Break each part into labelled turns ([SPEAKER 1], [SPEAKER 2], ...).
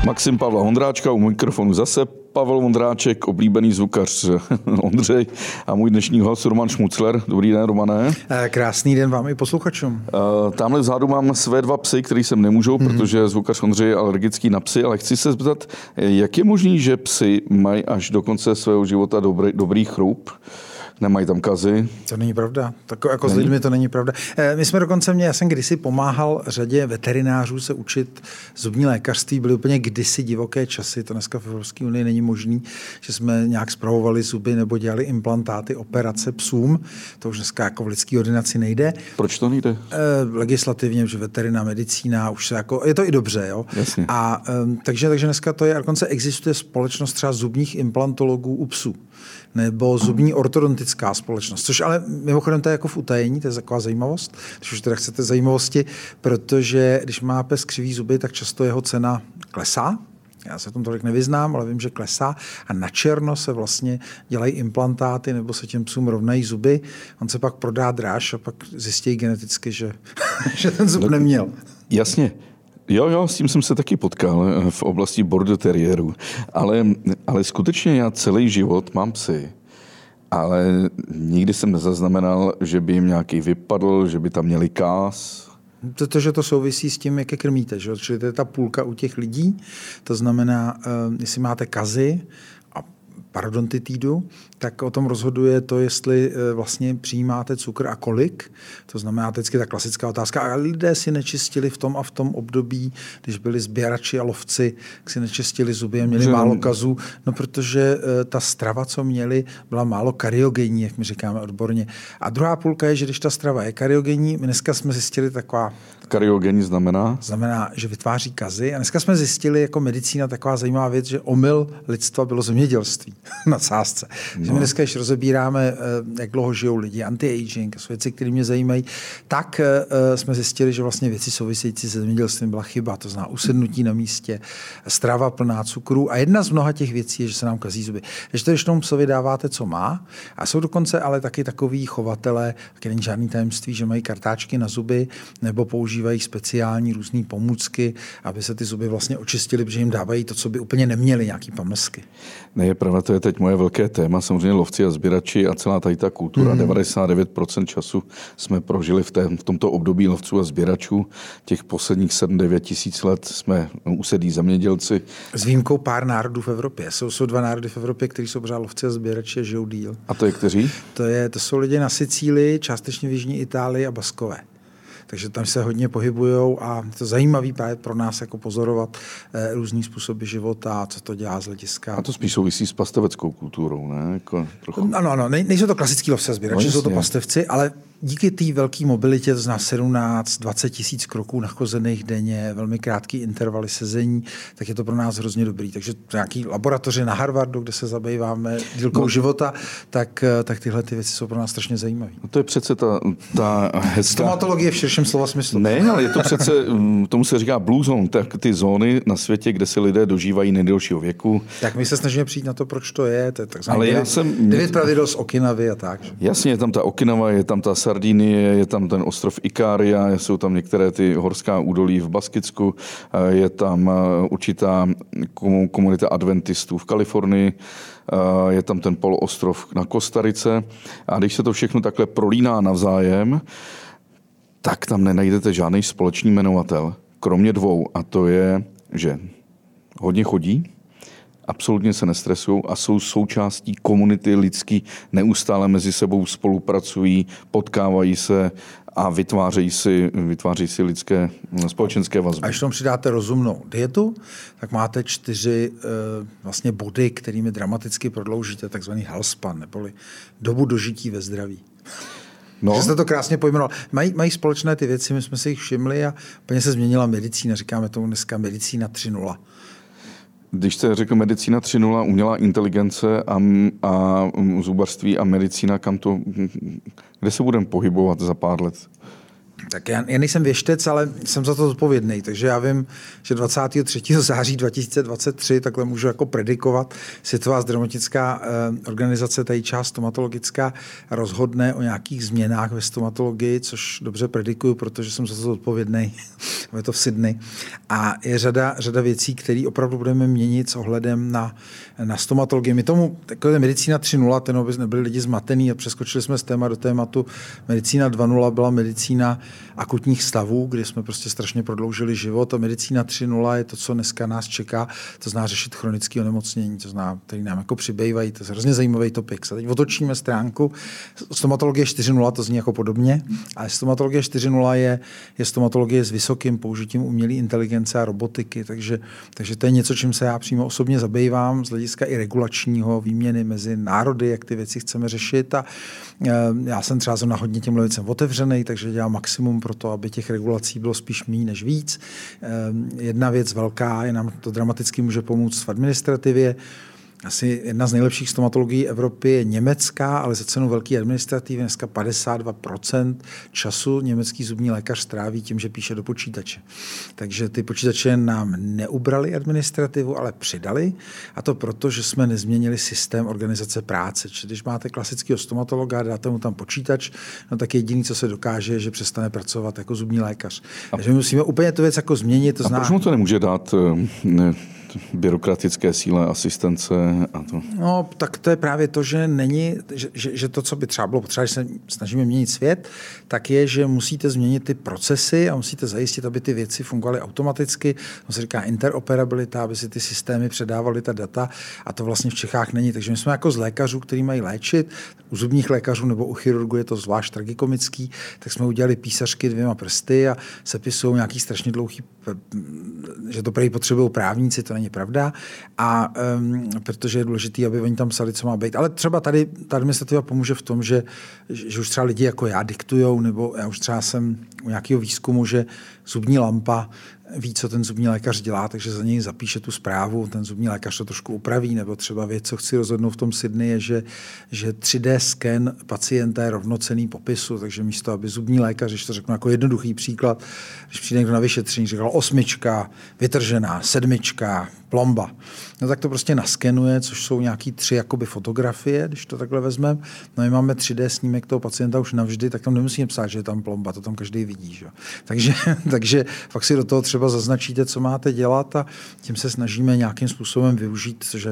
[SPEAKER 1] Maxim Pavla Vondráčka, u mikrofonu zase Pavel Vondráček, oblíbený zvukař Ondřej a můj dnešní host Roman Šmucler. Dobrý den, Romane.
[SPEAKER 2] Krásný den vám i posluchačům.
[SPEAKER 1] Tamhle vzadu mám své dva psy, který sem nemůžou, protože zvukař Ondřej je alergický na psy, ale chci se zeptat, jak je možný, že psy mají až do konce svého života dobrý chrup? Nemají tam kazy.
[SPEAKER 2] To není pravda. Tak jako s lidmi to není pravda. My jsme dokonce já jsem kdysi pomáhal řadě veterinářů se učit zubní lékařství. Byly úplně kdysi divoké časy. To dneska v Evropské unii není možný, že jsme nějak spravovali zuby nebo dělali implantáty, operace psům. To už dneska jako v lidské ordinaci nejde.
[SPEAKER 1] Proč to nejde?
[SPEAKER 2] Legislativně, že veterina, medicína, už se jako, je to i dobře. Jo?
[SPEAKER 1] Jasně.
[SPEAKER 2] A takže dneska to je, a dokonce existuje společnost třeba zubních implantologů u psů. Nebo zubní ortodontická společnost, což ale mimochodem to je jako v utajení, to je taková zajímavost, když už teda chcete zajímavosti, protože když má pes křivý zuby, tak často jeho cena klesá. Já se v tom tolik nevyznám, ale vím, že klesá a na černo se vlastně dělají implantáty nebo se těm psům rovnají zuby. On se pak prodá dráž a pak zjistí geneticky, že ten zub neměl.
[SPEAKER 1] Jasně. Jo, s tím jsem se taky potkal v oblasti border terriérů. Ale skutečně já celý život mám psy. Ale nikdy jsem nezaznamenal, že by jim nějaký vypadl, že by tam měli kás.
[SPEAKER 2] Protože to souvisí s tím, jak je krmíte. Že? Čili to je ta půlka u těch lidí. To znamená, jestli máte kazy a parodontitídu, tak o tom rozhoduje to, jestli vlastně přijímáte cukr a kolik. To znamená vždycky ta klasická otázka. A lidé si nečistili v tom a v tom období, když byli sběrači a lovci, tak si nečistili zuby a měli málo kazů. No, protože ta strava, co měli, byla málo kariogenní, jak my říkáme odborně. A druhá půlka je, že když ta strava je kariogenní, my dneska jsme zjistili taková...
[SPEAKER 1] Kariogenní znamená?
[SPEAKER 2] Znamená, že vytváří kazy. A dneska jsme zjistili jako medicína taková zajímavá věc, že omyl lidstva bylo zemědělství na sázce. No. My dneska, když rozebíráme, jak dlouho žijou lidi, anti-aging, jsou věci, které mě zajímají, tak jsme zjistili, že vlastně věci související se zemědělstvím byla chyba. To znamená usednutí na místě, strava plná cukrů. A jedna z mnoha těch věcí je, že se nám kazí zuby. Když to tomu psovi dáváte, co má, a jsou dokonce ale taky takový chovatelé, taky není žádný tajemství, že mají kartáčky na zuby nebo používají speciální různé pomůcky, aby se ty zuby vlastně očistily, protože jim dávají to, co by úplně neměli, nějaký pamlsky.
[SPEAKER 1] Ne, je pravda, to je teď moje velké téma. Samozřejmě lovci a sběrači a celá tady ta kultura. 99% času jsme prožili v tomto období lovců a sběračů. Těch posledních 7-9 tisíc let jsme usedlí zemědělci.
[SPEAKER 2] S výjimkou pár národů v Evropě. Jsou dva národy v Evropě, kteří jsou pořád lovci a sběrači a žijou díl.
[SPEAKER 1] A to je kteří?
[SPEAKER 2] To jsou lidi na Sicílii, částečně v jižní Itálii a Baskové. Takže tam se hodně pohybujou a je to zajímavý právě pro nás jako pozorovat různý způsoby života, co to dělá z hlediska.
[SPEAKER 1] A to spíš souvisí s pasteveckou kulturou, ne? Jako trochu.
[SPEAKER 2] Ano, nejsou to klasický lovci a sběrači, jsou to pastevci, ale díky té velké mobilitě, to znamená 17-20 tisíc kroků nachozených denně, velmi krátký intervaly sezení, tak je to pro nás hrozně dobrý. Takže nějaký laboratoře na Harvardu, kde se zabýváme dílkou života, tak tyhle ty věci jsou pro nás strašně zajímavé.
[SPEAKER 1] No to je přece ta hezká...
[SPEAKER 2] Stomatologie v širším slova smyslu.
[SPEAKER 1] Ne, ale je to přece, tomu se říká blue zone, tak ty zóny na světě, kde se lidé dožívají nejdelšího věku.
[SPEAKER 2] Tak my se snažíme přijít na to, proč to je takzvaný 9 pravidel z Okinavy a tak.
[SPEAKER 1] Jasně, je tam ta Okinawa, je tam ta Sardinie, je tam ten ostrov Ikária, jsou tam některé ty horská údolí v Baskicku, je tam určitá komunita adventistů v Kalifornii, je tam ten poloostrov na Kostarice a když se to všechno takhle prolíná navzájem, tak tam nenajdete žádný společný jmenovatel, kromě dvou, a to je, že hodně chodí, absolutně se nestresují a jsou součástí komunity lidský, neustále mezi sebou spolupracují, potkávají se a vytvářejí si lidské společenské vazby.
[SPEAKER 2] A když tomu přidáte rozumnou dietu, tak máte 4 vlastně body, kterými dramaticky prodloužíte takzvaný health span, neboli dobu dožití ve zdraví. No. Že jste to krásně pojmenoval. Mají společné ty věci, my jsme si jich všimli a úplně se změnila medicína. Říkáme tomu dneska medicína 3.0.
[SPEAKER 1] Když se řekl medicína 3.0, umělá inteligence a zubařství a medicína, kde se budeme pohybovat za pár let?
[SPEAKER 2] Tak já nejsem věštec, ale jsem za to zodpovědný, takže já vím, že 23. září 2023 takhle můžu jako predikovat. Světová zdravotnická organizace, tady část stomatologická, rozhodne o nějakých změnách ve stomatologii, což dobře predikuju, protože jsem za to zodpovědný je to v Sydney. A je řada věcí, které opravdu budeme měnit s ohledem na stomatologii. My tomu, takové medicína 3.0, ten aby nebyli lidi zmatený a přeskočili jsme z téma do tématu. Medicína 2.0 byla medicína akutních stavů, kdy jsme prostě strašně prodloužili život, a medicína 3.0 je to, co dneska nás čeká, to zná řešit chronické onemocnění, to zná, který nám jako přibývají, to je hrozně zajímavý topik. A teď otočíme stránku. Stomatologie 4.0 to zní jako podobně, ale stomatologie 4.0 je stomatologie s vysokým použitím umělé inteligence a robotiky, takže to je něco, čím se já přímo osobně zabývám z hlediska i regulačního, výměny mezi národy, jak ty věci chceme řešit, a já jsem třeba na hodně těm věcem otevřený, takže dělám maximum pro to, aby těch regulací bylo spíš méně než víc. Jedna věc velká, je nám to dramaticky může pomoct v administrativě. Asi jedna z nejlepších stomatologií Evropy je německá, ale za cenu velké administrativy dneska 52% času německý zubní lékař stráví tím, že píše do počítače. Takže ty počítače nám neubrali administrativu, ale přidali, a to proto, že jsme nezměnili systém organizace práce. Čili když máte klasického stomatologa, dáte mu tam počítač, no tak jediný, co se dokáže, je, že přestane pracovat jako zubní lékař. Takže my musíme úplně tu věc jako změnit.
[SPEAKER 1] Proč mu to nemůže dát byrokratické síle, asistence a to?
[SPEAKER 2] No, tak to je právě to, že není, že to, co by třeba bylo potřeba, že se snažíme měnit svět, tak je, že musíte změnit ty procesy a musíte zajistit, aby ty věci fungovaly automaticky. To se říká interoperabilita, aby si ty systémy předávaly ta data, a to vlastně v Čechách není. Takže my jsme jako z lékařů, kteří mají léčit, u zubních lékařů nebo u chirurgů je to zvlášť tragikomický, tak jsme udělali písařky 2 prsty a sepisují nějaký strašně dlouhý, že to prý potřebují právníci, to není pravda, a protože je důležité, aby oni tam psali, co má být. Ale třeba tady ta administrativa pomůže v tom, že už třeba lidi jako já diktujou, nebo já už třeba jsem u nějakého výzkumu, že zubní lampa ví, co ten zubní lékař dělá, takže za něj zapíše tu zprávu, ten zubní lékař to trošku upraví, nebo třeba věc, co chci rozhodnout v tom Sydney, je, že 3D sken pacienta je rovnocenný popisu, takže místo, aby zubní lékař, když to řeknu jako jednoduchý příklad, když přijde někdo na vyšetření, říkal 8, vytržená, 7, plomba. No tak to prostě naskenuje, což jsou nějaký 3 jakoby fotografie, když to takhle vezmeme. No my máme 3D snímek toho pacienta už navždy, tak tam nemusíme psát, že je tam plomba, to tam každý vidí. Že? Takže fakt si do toho třeba zaznačíte, co máte dělat, a tím se snažíme nějakým způsobem využít, že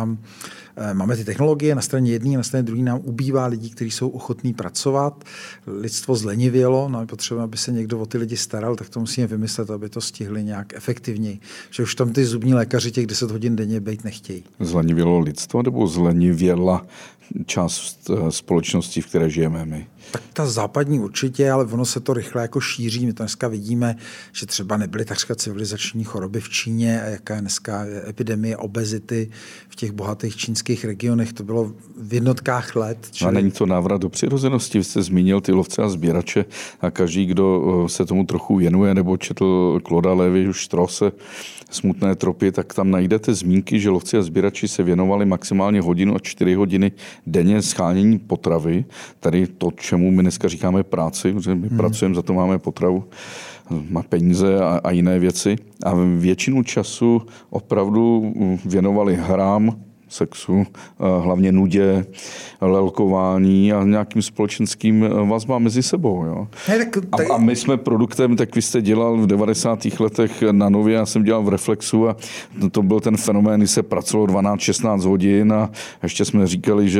[SPEAKER 2] máme ty technologie, na straně jedné a na straně druhé nám ubývá lidí, kteří jsou ochotní pracovat. Lidstvo zlenivělo, no, potřebujeme, aby se někdo o ty lidi staral, tak to musíme vymyslet, aby to stihli nějak efektivněji. Že už tam ty zubní lékaři těch 10 hodin denně být nechtějí. Zlenivělo
[SPEAKER 1] lidstvo nebo zlenivěla část společnosti, v které žijeme my?
[SPEAKER 2] Tak ta západní určitě, ale ono se to rychle jako šíří. My to dneska vidíme, že třeba nebyly takřka civilizační choroby v Číně, a jaká je dneska epidemie obezity v těch bohatých čínských regionech. To bylo v jednotkách let.
[SPEAKER 1] A není to návrat do přirozenosti? Vy jste zmínil ty lovce a sběrače, a každý, kdo se tomu trochu věnuje nebo četl Clauda Lévi-Strausse Smutné tropy, tak tam najdete zmínky, že lovci a sběrači se věnovali maximálně 1 a 4 hodiny denně shánění potravy. Tady to, čemu my dneska říkáme práci, protože my pracujeme, za to máme potravu, má peníze a jiné věci. A většinu času opravdu věnovali hrám, sexu, hlavně nudě, lelkování a nějakým společenským vazbám mezi sebou. Jo. A my jsme produktem, tak vy jste dělal v 90. letech na Nově, já jsem dělal v Reflexu, a to byl ten fenomén, kdy se pracovalo 12-16 hodin a ještě jsme říkali,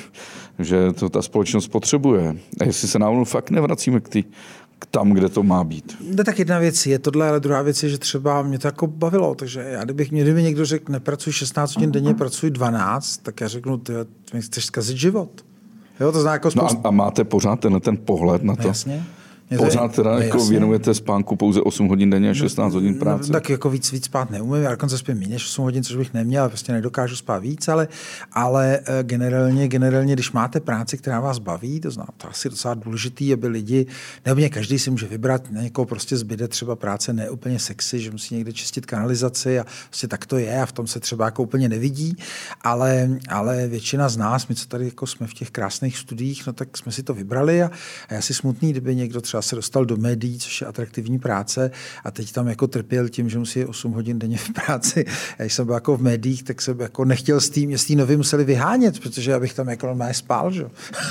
[SPEAKER 1] že to ta společnost potřebuje. A jestli se náhodou fakt nevracíme k tam, kde to má být.
[SPEAKER 2] No, tak jedna věc je tohle, ale druhá věc je, že třeba mě to jako bavilo, takže kdyby někdo řekl, nepracuj 16 hodin denně, pracuj 12, tak já řeknu, ty chceš zkazit život. Jo, to zná jako
[SPEAKER 1] a máte pořád ten pohled na to?
[SPEAKER 2] No, jasně.
[SPEAKER 1] Pořád teda jako věnujete spánku pouze 8 hodin denně a 16 hodin práce?
[SPEAKER 2] No, tak jako víc spát neumím, já dokonce spím méně než 8 hodin, což bych neměl, prostě nedokážu spát víc, ale generálně, když máte práci, která vás baví, to znamená, to asi docela důležitý, aby lidi, nebo každý si může vybrat, na někoho prostě zbyde třeba práce ne úplně sexy, že musí někde čistit kanalizaci a prostě tak to je a v tom se třeba jako úplně nevidí, ale většina z nás, my co tady jako jsme v těch krásných studiích, no tak jsme si to vybrali a já si smutný, kdyby někdo třeba třeba se dostal do médií, což je atraktivní práce a teď tam jako trpěl tím, že musí 8 hodin denně v práci. A když jsem byl jako v médiích, tak jsem jako nechtěl s té novy museli vyhánět, protože abych tam jako normálně spál, že?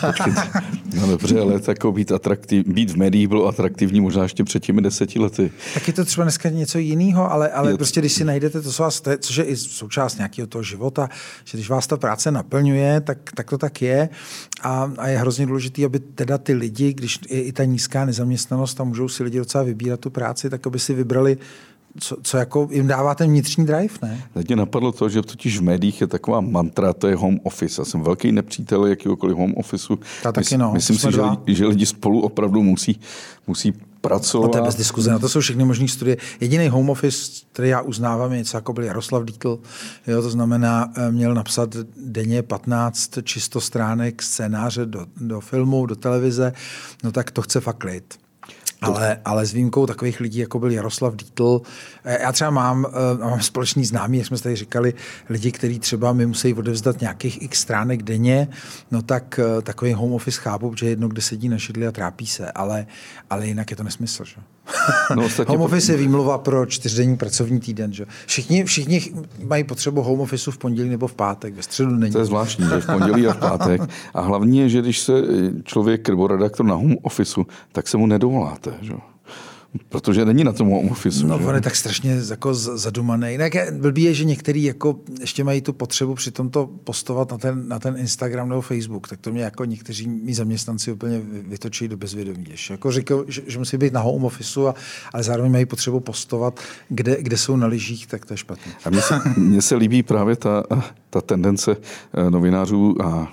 [SPEAKER 1] No dobře, ale jako být v médiích bylo atraktivní možná ještě před těmi 10 lety.
[SPEAKER 2] Tak je to třeba dneska něco jiného, ale prostě když si najdete to, což je i součást nějakého toho života, že když vás ta práce naplňuje, tak to tak je a je hrozně důležité, aby teda ty lidi, když je i ta nízká nezaměstnanost a můžou si lidi docela vybírat tu práci, tak aby si vybrali co jako jim dává ten vnitřní drive, ne?
[SPEAKER 1] Teď mě napadlo to, že totiž v médiích je taková mantra, to je home office. Já jsem velký nepřítel jakýkokoliv home officeu. Myslím si, že lidi spolu opravdu musí pracovat.
[SPEAKER 2] No to je bez diskuze, na to jsou všechny možné studie. Jediný home office, který já uznávám, je něco jako byl Jaroslav Dýtl. Jo, to znamená, měl napsat denně 15 čistostránek scénáře do filmu, do televize, no tak to chce fakt klid. Ale s výjimkou takových lidí, jako byl Jaroslav Dýtl. Já třeba mám společný známý, jak jsme tady říkali, lidi, kteří třeba mi musí odevzdat nějakých x stránek denně, no tak takový home office chápu, že jedno, kde sedí na židli a trápí se, ale jinak je to nesmysl, že? No, home office je výmluva pro 4denní pracovní týden, že? Všichni mají potřebu home officeu v pondělí nebo v pátek, ve středu není.
[SPEAKER 1] To je zvláštní, že v pondělí a v pátek. A hlavně je, že když se člověk nebo redaktor na home officeu, tak se mu nedovoláte, že? Protože není na tom home officeu.
[SPEAKER 2] No, on je tak strašně jako zadumaný. Jinak blbý je, že některý jako ještě mají tu potřebu při tomto postovat na ten Instagram nebo Facebook, tak to mě jako někteří mý zaměstnanci úplně vytočí do bezvědomí. Jako říkal, že musí být na home officeu, ale zároveň mají potřebu postovat, kde jsou na lyžích, tak to je špatně.
[SPEAKER 1] A mně se líbí právě ta tendence novinářů a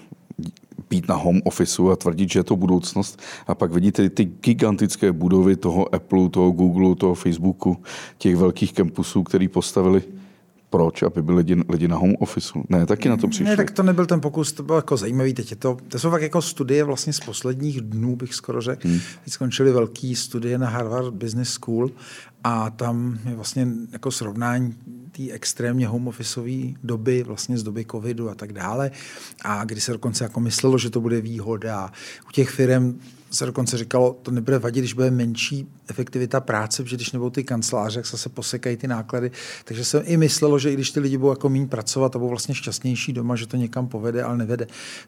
[SPEAKER 1] být na home officeu a tvrdit, že je to budoucnost. A pak vidíte ty gigantické budovy toho Apple, toho Google, toho Facebooku, těch velkých campusů, který postavili. Proč? Aby byli lidi na home officeu. Ne, taky na to přišli.
[SPEAKER 2] Ne, tak to nebyl ten pokus, to bylo jako zajímavý. Teď to jsou fakt jako studie vlastně z posledních dnů, bych skoro řekl. Teď skončily velký studie na Harvard Business School a tam je vlastně jako srovnání té extrémně home officeové doby, vlastně z doby covidu a tak dále. A kdy se dokonce jako myslelo, že to bude výhoda. U těch firem se dokonce říkalo, to nebude vadit, když bude menší efektivita práce, protože když nebudou ty kanceláře, jak se posekají ty náklady. Takže se i myslelo, že i když ty lidi budou jako méně pracovat a budou vlastně šťastnější doma, že to někam povede, ale nevede.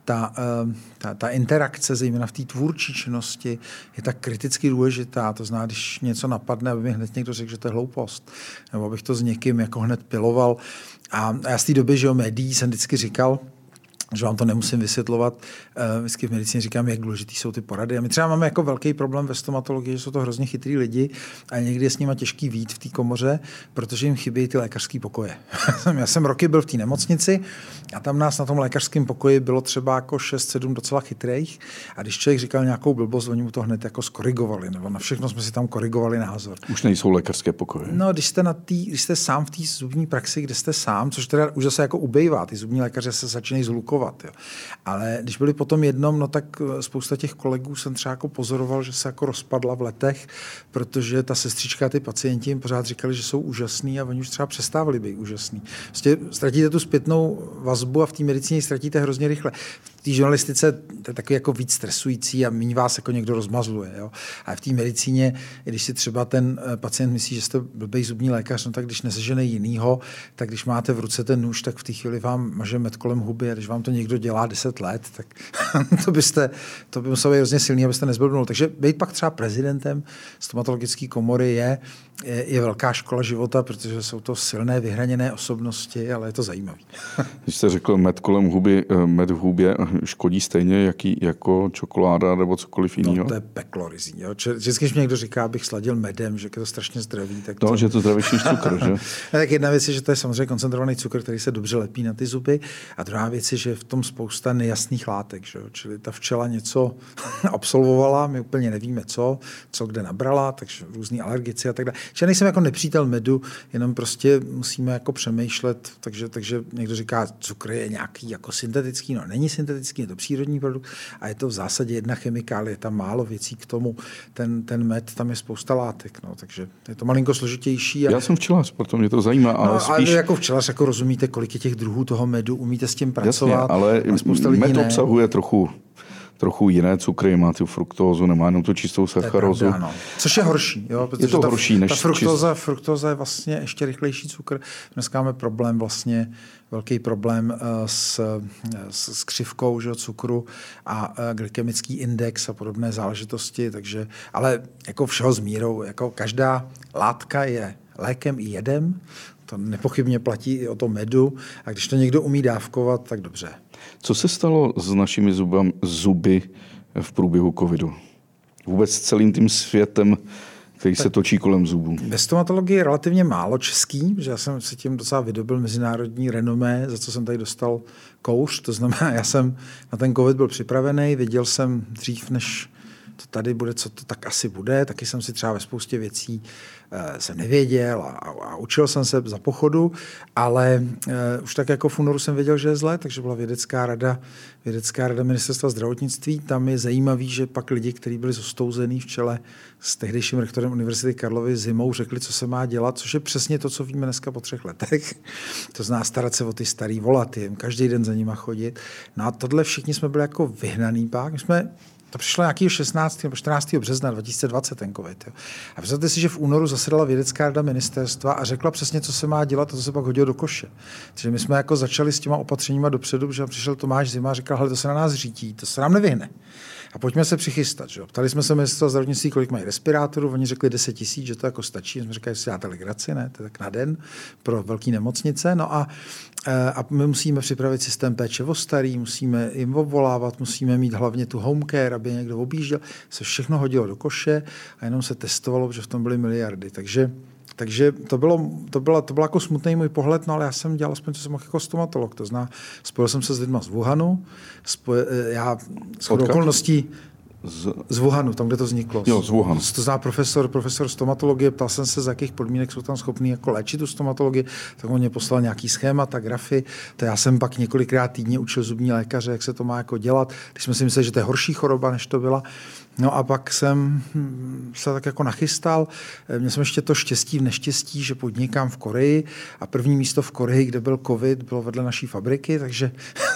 [SPEAKER 2] Ta interakce, zejména v té tvůrčí činnosti, je tak kriticky důležitá. To znamená, když něco napadne, aby mi hned někdo řekl, že to je hloupost. Nebo abych to s někým jako hned piloval. A já z té doby, že o médií jsem vždycky říkal, že vám to nemusím vysvětlovat. Vždycky v medicíně říkám, jak důležitý jsou ty porady. A my třeba máme jako velký problém ve stomatologii, že jsou to hrozně chytrý lidi a někdy je s nima těžký vyjít v té komoře, protože jim chybějí ty lékařské pokoje. Já jsem roky byl v té nemocnici a tam nás na tom lékařském pokoji bylo třeba jako 6-7 docela chytrých a když člověk říkal nějakou blbost, oni mu to hned jako skorigovali, nebo na všechno jsme si tam korigovali názor.
[SPEAKER 1] Už nejsou lékařské pokoje.
[SPEAKER 2] No, když jste sám v té zubní praxi, kde jste sám, což teda už zase jako ubejvá, ty zubní lékaře se začínají zhlukovat. Jo. Ale když byli potom jednom, no tak spousta těch kolegů jsem třeba jako pozoroval, že se jako rozpadla v letech, protože ta sestřička a ty pacienti jim pořád říkali, že jsou úžasný a oni už třeba přestávali být úžasný. Prostě ztratíte tu zpětnou vazbu a v té medicíně ztratíte hrozně rychle. V té žurnalistice to je takový jako víc stresující a méně vás jako někdo rozmazluje. Jo. A v té medicíně, když si třeba ten pacient myslí, že jste blbej zubní lékař, no tak když nesežene jinýho, tak když máte v ruce ten nůž, tak v té chvíli vám maže med kolem huby a když vám to někdo dělá 10 let, tak to by muselo být hrozně silný, abyste nezblbnul. Takže být pak třeba prezidentem stomatologické komory je velká škola života, protože jsou to silné, vyhraněné osobnosti, ale je to zajímavé.
[SPEAKER 1] Když jste řekl med kolem huby, med v hubě škodí stejně jako čokoláda nebo cokoliv jiného?
[SPEAKER 2] No to je peklo rizí. Jo. Vždycky, když mě někdo říká, abych sladil medem, že je to strašně zdravý. Tak
[SPEAKER 1] no, že je to zdravější cukr, že?
[SPEAKER 2] Tak jedna věc je, že to je samozřejmě koncentrovaný cukr, který se dobře lepí na ty zuby. A druhá věc je, že je v tom spousta nejasných látek. Že? Čili ta včela něco absolvovala, my úplně nevíme co kde nabrala, takže různý alergici a tak dále. Že nejsem jako nepřítel medu, jenom prostě musíme jako přemýšlet, takže někdo říká, cukr je nějaký jako syntetický, no není syntetický, je to přírodní produkt a je to v zásadě jedna chemikálie, je tam málo věcí k tomu. Ten med, tam je spousta látek, no, takže je to malinko složitější.
[SPEAKER 1] Já jsem včelař, proto mě to zajímá, ale spíš...
[SPEAKER 2] Ale jako včelař jako rozumíte, kolik je těch druhů toho medu, umíte s tím pracovat.
[SPEAKER 1] Jasně, ale med obsahuje trochu trochu jiné cukry, má tu fruktózu, nemá jenom tu čistou sacharózu.
[SPEAKER 2] Pravda, no. Což je horší. Jo?
[SPEAKER 1] Je to horší než
[SPEAKER 2] fruktóza je vlastně ještě rychlejší cukr. Dneska máme problém vlastně, velký problém s křivkou, že, cukru a glykemický index a podobné záležitosti, takže, ale jako všeho s mírou, jako každá látka je lékem i jedem, to nepochybně platí i o tom medu a když to někdo umí dávkovat, tak dobře.
[SPEAKER 1] Co se stalo s našimi zuby v průběhu covidu? Vůbec celým tím světem, který se točí kolem zubů.
[SPEAKER 2] Ve stomatologii je relativně málo český, že já jsem se tím docela vydobil mezinárodní renomé, za co jsem tady dostal kouř. To znamená, já jsem na ten covid byl připravený, věděl jsem dřív, než to tady bude, co to tak asi bude. Taky jsem si třeba ve spoustě věcí jsem nevěděl a učil jsem se za pochodu, ale už tak jako v únoru jsem věděl, že je zle, takže byla vědecká rada ministerstva zdravotnictví. Tam je zajímavý, že pak lidi, kteří byli zostouzený v čele s tehdejším rektorem Univerzity Karlovy zimou, řekli, co se má dělat, což je přesně to, co víme dneska po 3 letech. To zná starat se o ty starý, volat jim, každý den za nima chodit. No a tohle všichni jsme byli jako vyhnaný pak. To přišlo nějakého 16. nebo 14. března 2020 ten covid. Jo. A představte si, že v únoru zasedala vědecká rada ministerstva a řekla přesně, co se má dělat a to se pak hodilo do koše. Takže my jsme jako začali s těma opatřeníma dopředu, že přišel Tomáš Zima a říkal, hele, to se na nás řítí, to se nám nevyhne. A pojďme se přichystat. Že? Ptali jsme se ministerstva zdravotnictví, kolik mají respirátorů, oni řekli 10 000, že to jako stačí. My jsme říkali, že si dáte legraci, ne? To je tak na den pro velké nemocnice. No a my musíme připravit systém péče o starý, musíme jim obvolávat, musíme mít hlavně tu home care, aby někdo objížděl. Se všechno hodilo do koše a jenom se testovalo, že v tom byly miliardy. Takže to byl jako smutný můj pohled, no ale já jsem dělal aspoň, co jsem mohl jako stomatolog. To znamená, spojil jsem se s lidma z Wuhanu, já z okolností z Wuhanu, tam, kde to vzniklo.
[SPEAKER 1] Jo, z Wuhanu.
[SPEAKER 2] To zná profesor stomatologie, ptal jsem se, za jakých podmínek jsou tam schopní jako léčit tu stomatologii, tak on mě poslal nějaký schémata, grafy, to já jsem pak několikrát týdně učil zubní lékaře, jak se to má jako dělat, když jsme si mysleli, že to je horší choroba, než to byla. No a pak jsem se tak jako nachystal. Měl jsem ještě to štěstí v neštěstí, že podnikám v Koreji a první místo v Koreji, kde byl covid, bylo vedle naší fabriky, takže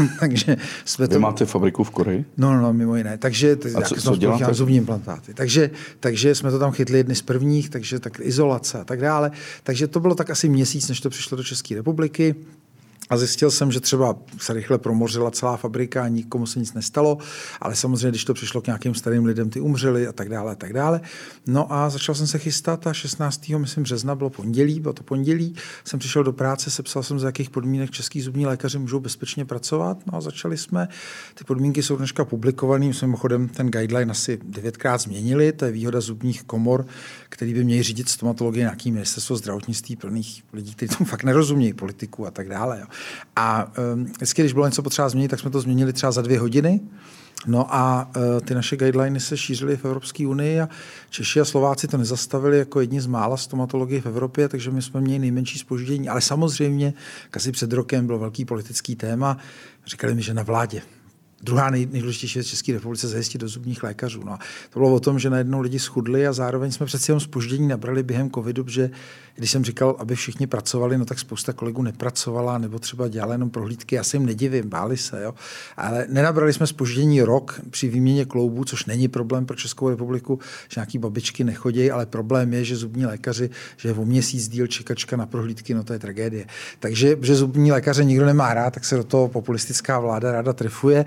[SPEAKER 2] jsme
[SPEAKER 1] Vy máte fabriku v Koreji?
[SPEAKER 2] No, mimo jiné. Takže
[SPEAKER 1] co děláte?
[SPEAKER 2] Zubní implantáty. Takže jsme to tam chytli jedny z prvních, takže tak izolace a tak dále. Takže to bylo tak asi měsíc, než to přišlo do České republiky. A zjistil jsem, že třeba se rychle promořila celá fabrika a nikomu se nic nestalo, ale samozřejmě, když to přišlo k nějakým starým lidem, ty umřeli a tak dále, a tak dále. No a začal jsem se chystat a 16. myslím března bylo to pondělí, jsem přišel do práce, sepsal jsem, za jakých podmínek český zubní lékaři můžou bezpečně pracovat. No a začali jsme, ty podmínky jsou dneška publikované, my jsme mimochodem ten guideline asi 9krát změnili, to je výhoda zubních komor, který by měli řídit stomatologii nějaký ministerstvo zdravotnictví plných lidí, kteří tomu fakt nerozumějí, politiků a tak dále. Jo. A vždycky, když bylo něco potřeba změnit, tak jsme to změnili třeba za 2 hodiny. No a ty naše guideliny se šířily v Evropské unii a Češi a Slováci to nezastavili jako jedni z mála stomatologií v Evropě, takže my jsme měli nejmenší zpoždění. Ale samozřejmě, asi před rokem bylo velký politický téma. Říkali mi, že na vládě. Druhá nejdůležitější věc v České republice zajistit do zubních lékařů. No. To bylo o tom, že najednou lidi schudli a zároveň jsme přeci jenom zpoždění nabrali během covidu, že když jsem říkal, aby všichni pracovali, no tak spousta kolegů nepracovala nebo třeba dělala jenom prohlídky. Já se jim nedivím, báli se. Jo. Ale nenabrali jsme zpoždění rok při výměně kloubů, což není problém pro Českou republiku, že nějaký babičky nechodí, ale problém je, že zubní lékaři, že je o měsíc díl čekačka na prohlídky, no to je tragédie. Takže, že zubní lékaře nikdo nemá rád, tak se do toho populistická vláda ráda trefuje.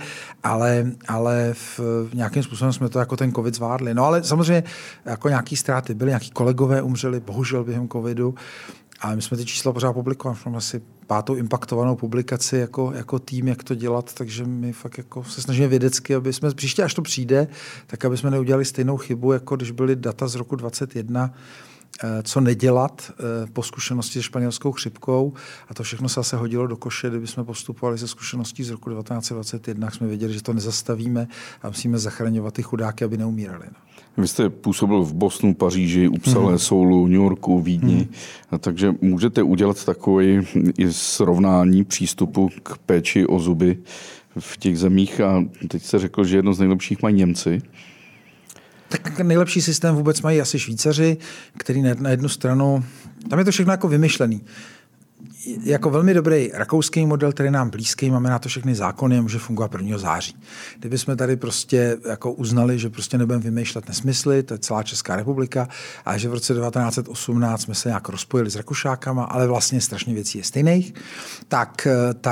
[SPEAKER 2] Ale v nějakým způsobem jsme to jako ten covid zvládli. No ale samozřejmě jako nějaký ztráty byly, nějaký kolegové umřeli, bohužel během covidu. A my jsme ty čísla pořád publikovali. Máme asi 5. impaktovanou publikaci jako tým, jak to dělat, takže my fakt jako se snažíme vědecky, aby jsme příště, až to přijde, tak aby jsme neudělali stejnou chybu, jako když byly data z roku 2021, co nedělat po zkušenosti se španělskou chřipkou a to všechno se zase hodilo do koše, kdyby jsme postupovali ze zkušeností z roku 1921, jsme věděli, že to nezastavíme a musíme zachraňovat ty chudáky, aby neumírali. No.
[SPEAKER 1] Vy jste působil v Bostonu, Paříži, Uppsale, Soulu, New Yorku, Vídni, takže můžete udělat takové i srovnání přístupu k péči o zuby v těch zemích a teď jste řekl, že jedno z nejlepších mají Němci.
[SPEAKER 2] Tak nejlepší systém vůbec mají asi Švýcaři, který na jednu stranu, tam je to všechno jako vymyšlený. jako velmi dobrý rakouský model, který nám blízký, máme na to všechny zákony a může fungovat 1. září. Kdyby jsme tady prostě jako uznali, že prostě nebudeme vymýšlet nesmysly, to je celá Česká republika, a že v roce 1918 jsme se nějak rozpojili s Rakušákama, ale vlastně strašně věcí je stejných, tak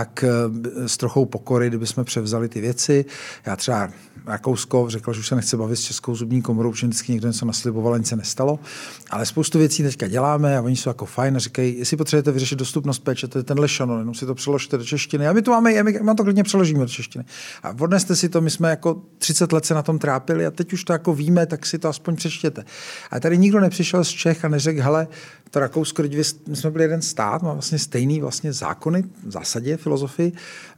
[SPEAKER 2] s trochou pokory, kdyby jsme převzali ty věci. Já třeba Rakousko řekl, že už se nechce bavit s Českou zubní komorou, protože vždycky někdo něco nasliboval, nic se nestalo. Ale spoustu věcí teďka děláme a oni jsou jako fajn a říkají, jestli potřebujete vyřešit dostupnost péče, to je tenhle šanon, jenom si to přeložte do češtiny. A my to máme, my to klidně přeložíme do češtiny. A odneste si to, my jsme jako 30 let se na tom trápili a teď už to jako víme, tak si to aspoň přečtěte. A tady nikdo nepřišel z Čech a neřekl, hele, to Rakousko, my jsme byli jeden stát, má vlastně stejný vlastně zákony, v zásadě, filozofii.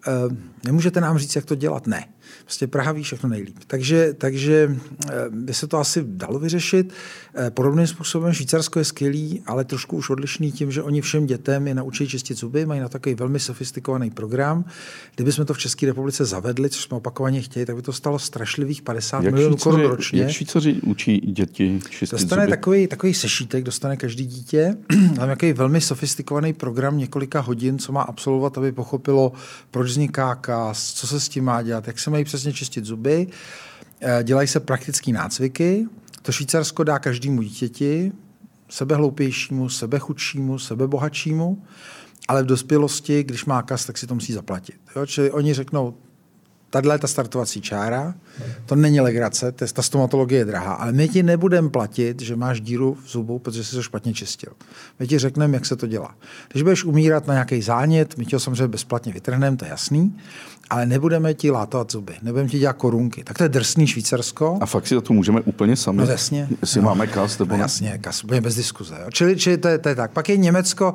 [SPEAKER 2] Nemůžete nám říct, jak to dělat? Ne. Prostě Praha ví všechno nejlíp. Takže by se to asi dalo vyřešit. Podobným způsobem Švýcarsko je skvělý, ale trošku už odlišný tím, že oni všem dětem je naučí čistit zuby, mají na takový velmi sofistikovaný program. Kdybychom to v České republice zavedli, což jsme opakovaně chtěli, tak by to stalo strašlivých 50 milionů korun ročně.
[SPEAKER 1] Jak Švýcaři učí děti čistit
[SPEAKER 2] dostane
[SPEAKER 1] zuby?
[SPEAKER 2] Takový sešítek, dostane každý dítě. Tam nějaký velmi sofistikovaný program několika hodin, co má absolvovat, aby pochopilo, proč vzniká kas, co se s tím má dělat, jak se mají přesně čistit zuby. Dělají se praktické nácviky. To Švýcarsko dá každému dítěti, sebehloupějšímu, sebechudšímu, sebebohatšímu, ale v dospělosti, když má kas, tak si to musí zaplatit. Jo? Čili oni řeknou, tahle je ta startovací čára, to není legrace, ta stomatologie je drahá, ale my ti nebudeme platit, že máš díru v zubu, protože jsi to špatně čistil. My ti řekneme, jak se to dělá. Když budeš umírat na nějaký zánět, my ti ho samozřejmě bezplatně vytrhneme, to je jasný, ale nebudeme ti látovat zuby, nebudeme ti dělat korunky. Tak to je drsný Švýcarsko.
[SPEAKER 1] A fakt si za to můžeme úplně sami?
[SPEAKER 2] No jasně.
[SPEAKER 1] Jestli máme kas, nebo ne?
[SPEAKER 2] Jasně, kas, úplně bez diskuze. Jo. Čili to je tak. Pak je Německo.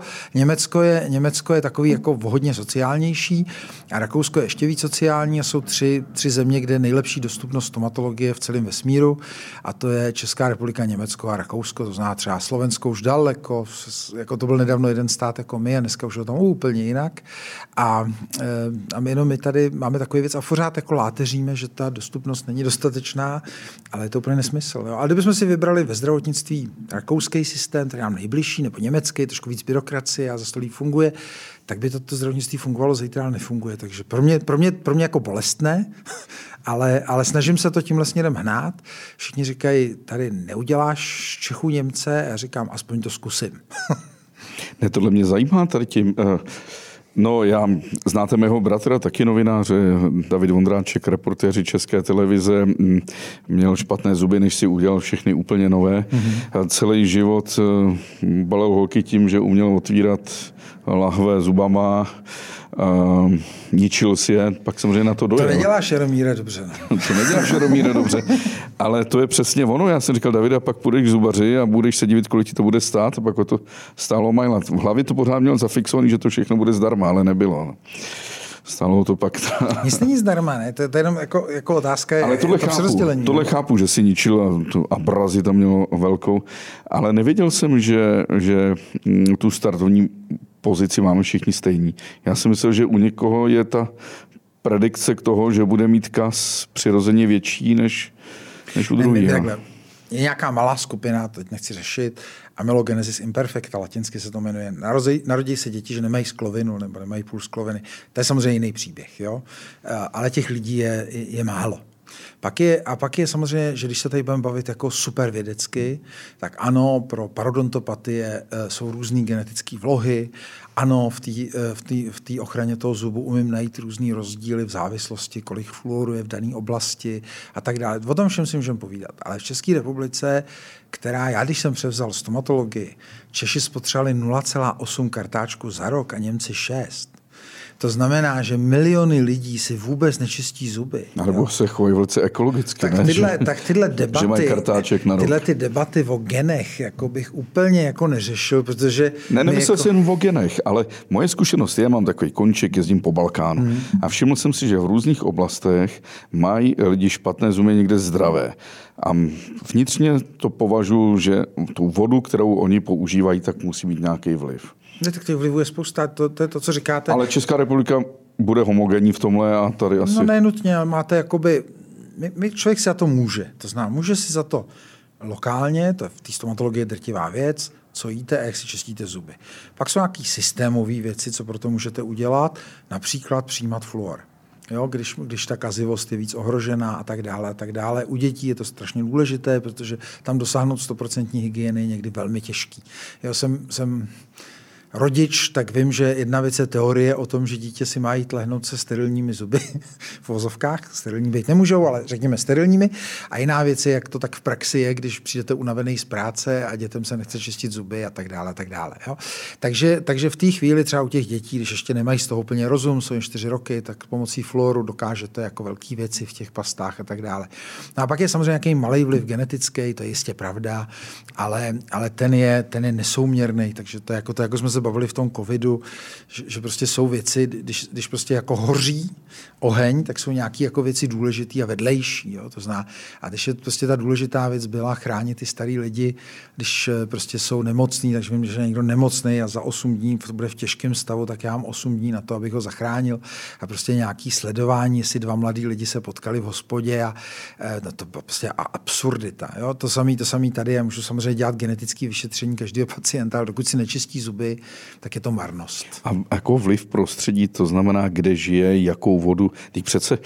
[SPEAKER 2] Německo je takový jako hodně sociálnější a Rakousko je ještě víc sociální a jsou tři země, kde je nejlepší dostupnost stomatologie v celém vesmíru a to je Česká republika, Německo a Rakousko. To zná třeba Slovensko už daleko, jako to byl nedávno jeden stát jako my a dneska už je to tam úplně jinak. A my tady máme takový věc a pořád jako láteříme, že ta dostupnost není dostatečná, ale je to úplně nesmysl. Jo? A kdybychom si vybrali ve zdravotnictví rakouský systém, který nám nejbližší, nebo německý, trošku víc byrokracie a za to líp funguje, tak by to zdravotnictví fungovalo, zítra ale nefunguje. Takže pro mě jako bolestné, ale snažím se to tímhle směrem hnát. Všichni říkají, tady neuděláš z Čechů Němce, a já říkám, aspoň to zkusím.
[SPEAKER 1] Ne, tohle mě zajímá tady tím. No, znáte mého bratra, taky novináře, David Vondráček, reportéři České televize, měl špatné zuby, než si udělal všechny úplně nové. Mm-hmm. Celý život balil holky tím, že uměl otvírat lahve zubama, ničil si je, pak samozřejmě na to dojel.
[SPEAKER 2] To neděláš, Jaromíre, dobře.
[SPEAKER 1] To neděláš, Jaromíre, dobře. Ale to je přesně ono. Já jsem říkal, Davida, pak půjdeš k zubaři a budeš se divit, kolik ti to bude stát, a pak to stálo majlat. V hlavě to pořád měl zafixovaný, že to všechno bude zdarma, ale nebylo. Stálo to pak.
[SPEAKER 2] Nic není zdarma, ne? To je jenom jako otázka.
[SPEAKER 1] Ale tohle chápu, že si ničil a tu abrazi tam mělo velkou, ale nevěděl jsem, že tu startovní pozici máme všichni stejní. Já si myslel, že u někoho je ta predikce k toho, že bude mít kas přirozeně větší než u druhého.
[SPEAKER 2] Je nějaká malá skupina, teď nechci řešit, amelogenesis imperfecta, latinsky se to jmenuje. Narodí se děti, že nemají sklovinu nebo nemají půl skloviny. To je samozřejmě jiný příběh, jo? Ale těch lidí je málo. Pak je samozřejmě, že když se tady budeme bavit jako super vědecky, tak ano, pro parodontopatie jsou různý genetické vlohy, ano, v té ochraně toho zubu umím najít různý rozdíly v závislosti, kolik fluoru je v dané oblasti a tak dále. O tom všem si můžeme povídat. Ale v České republice, já když jsem převzal stomatologii, Češi spotřebovali 0,8 kartáčku za rok a Němci 6. To znamená, že miliony lidí si vůbec nečistí zuby.
[SPEAKER 1] Nebo se chovají velice ekologicky.
[SPEAKER 2] Tak tyhle debaty o genech jako bych úplně jako neřešil, protože...
[SPEAKER 1] Nemyslel jsem jen o genech, ale moje zkušenost je, mám takový koníček, jezdím po Balkánu a všiml jsem si, že v různých oblastech mají lidi špatné zuby, někde zdravé. A vnitřně to považuji, že tu vodu, kterou oni používají, tak musí mít nějaký vliv.
[SPEAKER 2] Ne, tak těch vlivů je spousta, to je to, co říkáte.
[SPEAKER 1] Ale Česká republika bude homogenní v tomhle a tady asi...
[SPEAKER 2] No nenutně, ale máte jakoby... Člověk si za to může. To znamená, může si za to lokálně, to je v té stomatologii drtivá věc, co jíte a jak si čistíte zuby. Pak jsou nějaké systémové věci, co pro to můžete udělat, například přijímat fluor. Jo, když ta kazivost je víc ohrožená a tak dále, a tak dále. U dětí je to strašně důležité, protože tam dosáhnout 100% hygieny je někdy velmi těžký. Jo, jsem rodič, tak vím, že jedna věc je teorie o tom, že dítě si má jít lehnout se sterilními zuby v vozovkách. Sterilní být nemůžou, ale řekněme sterilními. A jiná věc je, jak to tak v praxi je, když přijdete unavený z práce a dětem se nechce čistit zuby a tak dále, a tak dále. Jo? Takže v té chvíli třeba u těch dětí, když ještě nemají z toho úplně rozum, jsou jen 4 roky, tak pomocí fluoru dokážete jako velké věci v těch pastách a tak dále. No a pak je samozřejmě nějaký malý vliv genetický, to je jistě pravda, ale ten je nesouměrný, takže to jako jsme se bavili v tom covidu, že prostě jsou věci, když prostě jako hoří oheň, tak jsou nějaké jako věci důležité a vedlejší. Jo? To zná. A když je prostě ta důležitá věc byla chránit ty starý lidi, když prostě jsou nemocní, takže vím, že někdo nemocný a za 8 dní bude v těžkém stavu, tak já mám 8 dní na to, abych ho zachránil. A prostě nějaký sledování, jestli 2 mladí lidi se potkali v hospodě a no to prostě absurdita. Jo? To samý tady. Já můžu samozřejmě dělat genetické vyšetření každého pacienta, ale dokud si nečistí zuby, tak je to marnost.
[SPEAKER 1] A jako vliv prostředí, to znamená, kde žije, jakou vodu. Teď přece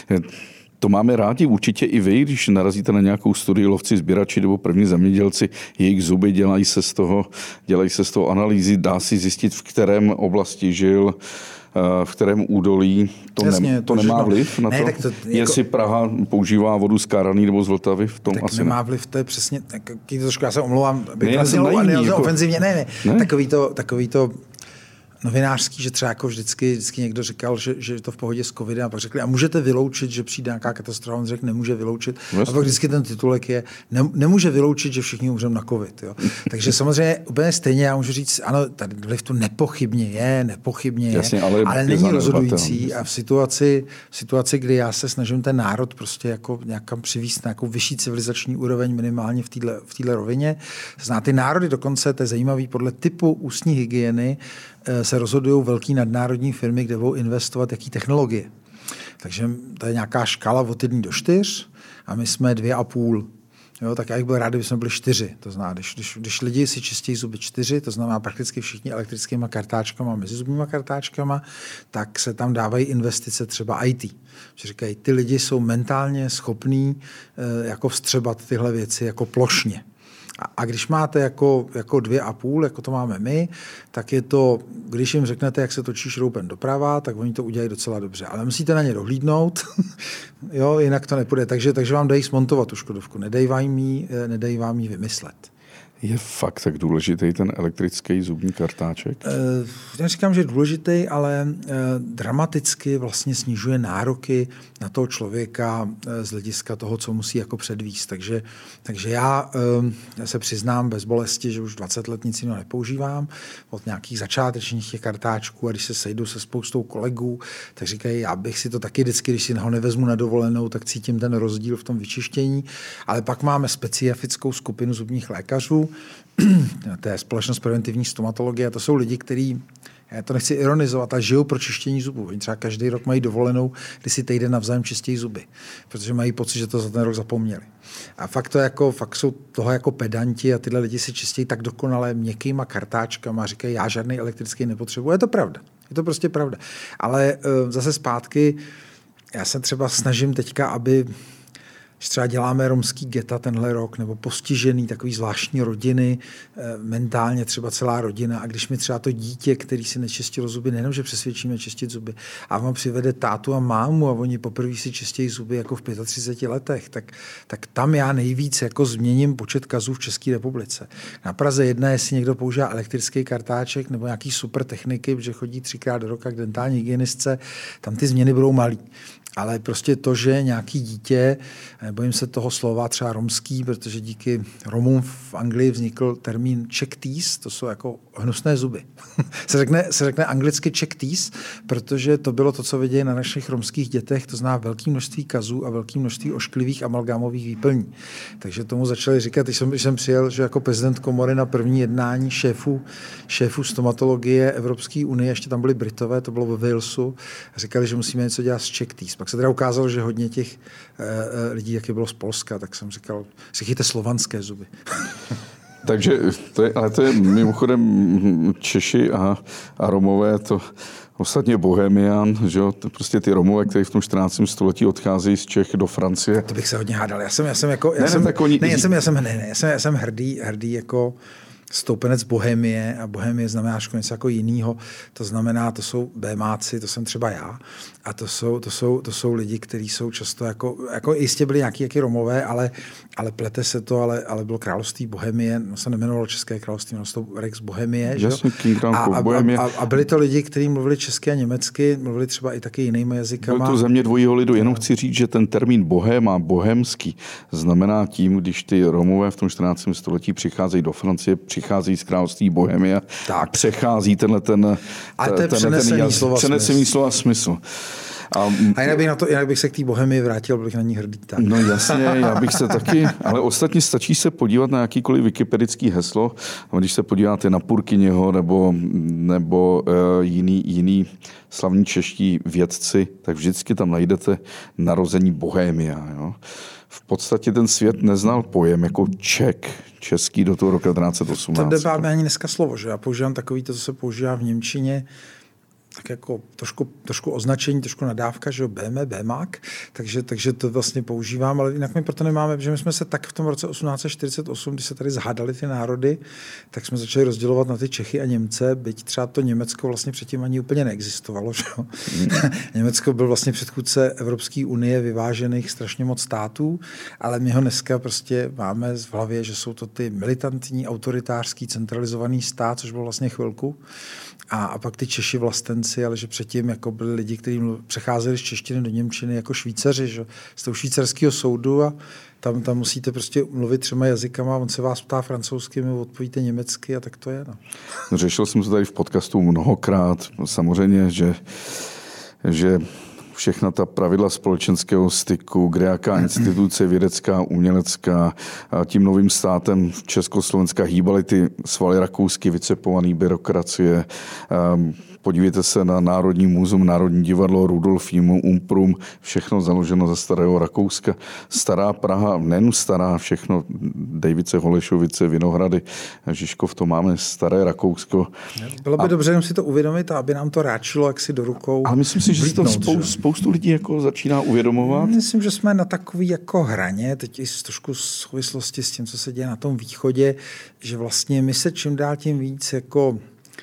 [SPEAKER 1] to máme rádi určitě i vy, když narazíte na nějakou studii lovci, sběrači nebo první zemědělci, jejich zuby, dělají se z toho analýzy, dá si zjistit, v kterém oblasti žil, v kterém údolí. To nemá vliv na to? Jestli Praha používá vodu z Kárany nebo z Vltavy, v tom
[SPEAKER 2] tak
[SPEAKER 1] asi
[SPEAKER 2] nemá vliv, to je přesně, trošku já se omlouvám, nelze ofenzivně, ne. Takový to novinářský, že třeba jako vždycky někdo říkal, že je to v pohodě s covidem a pak řekli, a můžete vyloučit, že přijde nějaká katastrofa, on řekl, nemůže vyloučit. A pak vždycky ten titulek je, nemůže vyloučit, že všichni umřeme na covid. Jo. Takže samozřejmě úplně stejně já můžu říct, ano, tady vliv to nepochybně je,
[SPEAKER 1] jasně,
[SPEAKER 2] ale není rozhodující a v situaci, kdy já se snažím ten národ prostě jako nějakam přivést na nějakou vyšší civilizační úroveň minimálně v téhle rovině. Zná ty národy dokonce, to je zajímavý, podle typu ústní hygieny se rozhodují velké nadnárodní firmy, kde budou investovat jaký technologie. Takže to je nějaká škala od 1 do 4 a my jsme 2,5. Jo, tak já bych byl rád, kdyby jsme byli 4. To znamená, když lidi si čistí zuby 4, to znamená prakticky všichni elektrickými kartáčkama a mezizubníma kartáčkama, tak se tam dávají investice třeba IT. Že říkají, ty lidi jsou mentálně schopní jako vstřebat tyhle věci jako plošně. A když máte jako 2,5, jako to máme my, tak je to, když jim řeknete, jak se točí šroubem doprava, tak oni to udělají docela dobře. Ale musíte na ně dohlídnout, jo, jinak to nepůjde. Takže vám dají smontovat tu Škodovku, nedají vám ji vymyslet.
[SPEAKER 1] Je fakt tak důležitý ten elektrický zubní kartáček?
[SPEAKER 2] Já říkám, že je důležitý, ale dramaticky vlastně snižuje nároky na toho člověka z hlediska toho, co musí jako předvíst. Takže já se přiznám bez bolesti, že už 20 let nic jiného nepoužívám od nějakých začátečních těch kartáčků a když se sejdu se spoustou kolegů, tak říkají, já bych si to taky vždycky, když si ho nevezmu na dovolenou, tak cítím ten rozdíl v tom vyčištění. Ale pak máme specifickou skupinu zubních lékařů, to je Společnost preventivní stomatologie a to jsou lidi, kteří, já to nechci ironizovat, ale žijou pro čištění zubů. Oni třeba každý rok mají dovolenou, kdy si týden navzájem čistějí zuby, protože mají pocit, že to za ten rok zapomněli. A fakt jsou toho jako pedanti a tyhle lidi si čistějí tak dokonale měkkýma kartáčkama a říkají, já žádný elektrický nepotřebuji. Je to pravda. Je to prostě pravda. Ale zase zpátky, já se třeba snažím teďka, aby že třeba děláme romský geta tenhle rok, nebo postižený, takový zvláštní rodiny, mentálně třeba celá rodina. A když mi třeba to dítě, který si nečistilo zuby, nejenom, že přesvědčíme čistit zuby, a on přivede tátu a mámu a oni poprvé si čistějí zuby jako v 35 letech, tak tam já nejvíc jako změním počet kazů v České republice. Na Praze 1, jestli někdo používá elektrický kartáček nebo nějaký super techniky, že chodí 3krát do roka k dentální hygienistce, tam ty změny budou malý. Ale prostě to, že nějaký dítě, nebojím se toho slova třeba romský, protože díky Romům v Anglii vznikl termín check teeth, to jsou jako hnusné zuby. se řekne anglicky check teeth, protože to bylo to, co viděli na našich romských dětech, to znamená velké množství kazů a velké množství ošklivých amalgámových výplní. Takže tomu začali říkat, když jsem přijel, že jako prezident komory na první jednání šéfů stomatologie Evropské unie, ještě tam byli Britové, to bylo ve Walesu, a říkali, že musíme něco dělat s check teeth. Pak se teda ukázalo, že hodně těch lidí, jak je bylo z Polska, tak jsem říkal, říkejte slovanské zuby.
[SPEAKER 1] Takže to je mimochodem Češi a Romové, to ostatně Bohemian, že jo, prostě ty Romové, kteří v tom 14. století odcházejí z Čech do Francie.
[SPEAKER 2] To bych se hodně hádal. Já jsem hrdý jako stoupenec Bohemie a Bohemie znamená něco jako jinýho. To znamená, to jsou bémáci, to jsem třeba já. A to jsou lidi, kteří jsou často jako jistě byli nějaký Romové, ale plete se to, ale bylo království Bohemie, no se nemenovalo České království, jmenovalo se to Rex Bohemie.
[SPEAKER 1] Jasně,
[SPEAKER 2] a byli to lidi, kteří mluvili česky a německy, mluvili třeba i taky jinými jazykama.
[SPEAKER 1] Byl to země dvojího lidu, jenom chci říct, že ten termín bohéma, bohemský, znamená tím, když ty Romové v tom 14. století přicházejí do Francie, přicházejí z království Bohemia, tak přechází přenesený slova smysl.
[SPEAKER 2] A jinak bych se k té Bohemii vrátil, bych na ní hrdý. Tak.
[SPEAKER 1] No jasně, já bych se taky, ale ostatně stačí se podívat na jakýkoliv wikipedický heslo, když se podíváte na Purkyněho nebo jiný slavní čeští vědci, tak vždycky tam najdete narození Bohemia. Jo? V podstatě ten svět neznal pojem jako český do toho roku 1918.
[SPEAKER 2] To nemáme ani dneska slovo, že já používám takový to, co se používá v němčině, tak jako trošku označení, trošku nadávka, že jo, bémák, takže to vlastně používám, ale jinak my proto nemáme, protože my jsme se tak v tom roce 1848, když se tady zhádaly ty národy, tak jsme začali rozdělovat na ty Čechy a Němce, byť třeba to Německo vlastně předtím ani úplně neexistovalo, že jo. Německo byl vlastně předchůdce Evropské unie vyvážených strašně moc států, ale my ho dneska prostě máme v hlavě, že jsou to ty militantní, autoritářský, centralizovaný stát, což bylo vlastně chvilku. A pak ty Češi vlastenci, ale že předtím jako byli lidi, kteří přecházeli z češtiny do němčiny jako Švýcaři, že? Z toho švýcarského soudu a tam musíte prostě mluvit 3 jazykama, on se vás ptá francouzsky, my odpovíte německy a tak to je. No.
[SPEAKER 1] Řešil jsem to tady v podcastu mnohokrát. Samozřejmě, že všechna ta pravidla společenského styku, kde jaká instituce vědecká, umělecká, tím novým státem Československa hýbaly ty svaly rakousky, vycepované byrokracie. Podívejte se na Národní múzeum, Národní divadlo, Rudolfínu, Umprum, všechno založeno ze starého Rakouska. Stará Praha, nejen stará, všechno, Dejvice, Holešovice, Vinohrady, Žižkov, to máme staré Rakousko.
[SPEAKER 2] Bylo by dobře jenom si to uvědomit, aby nám to ráčilo jaksi do rukou.
[SPEAKER 1] Ale myslím si, že to spoustu lidí jako začíná uvědomovat.
[SPEAKER 2] Myslím, že jsme na takový jako hraně, teď i trošku v souvislosti s tím, co se děje na tom východě, že vlastně my se čím dál tím víc jako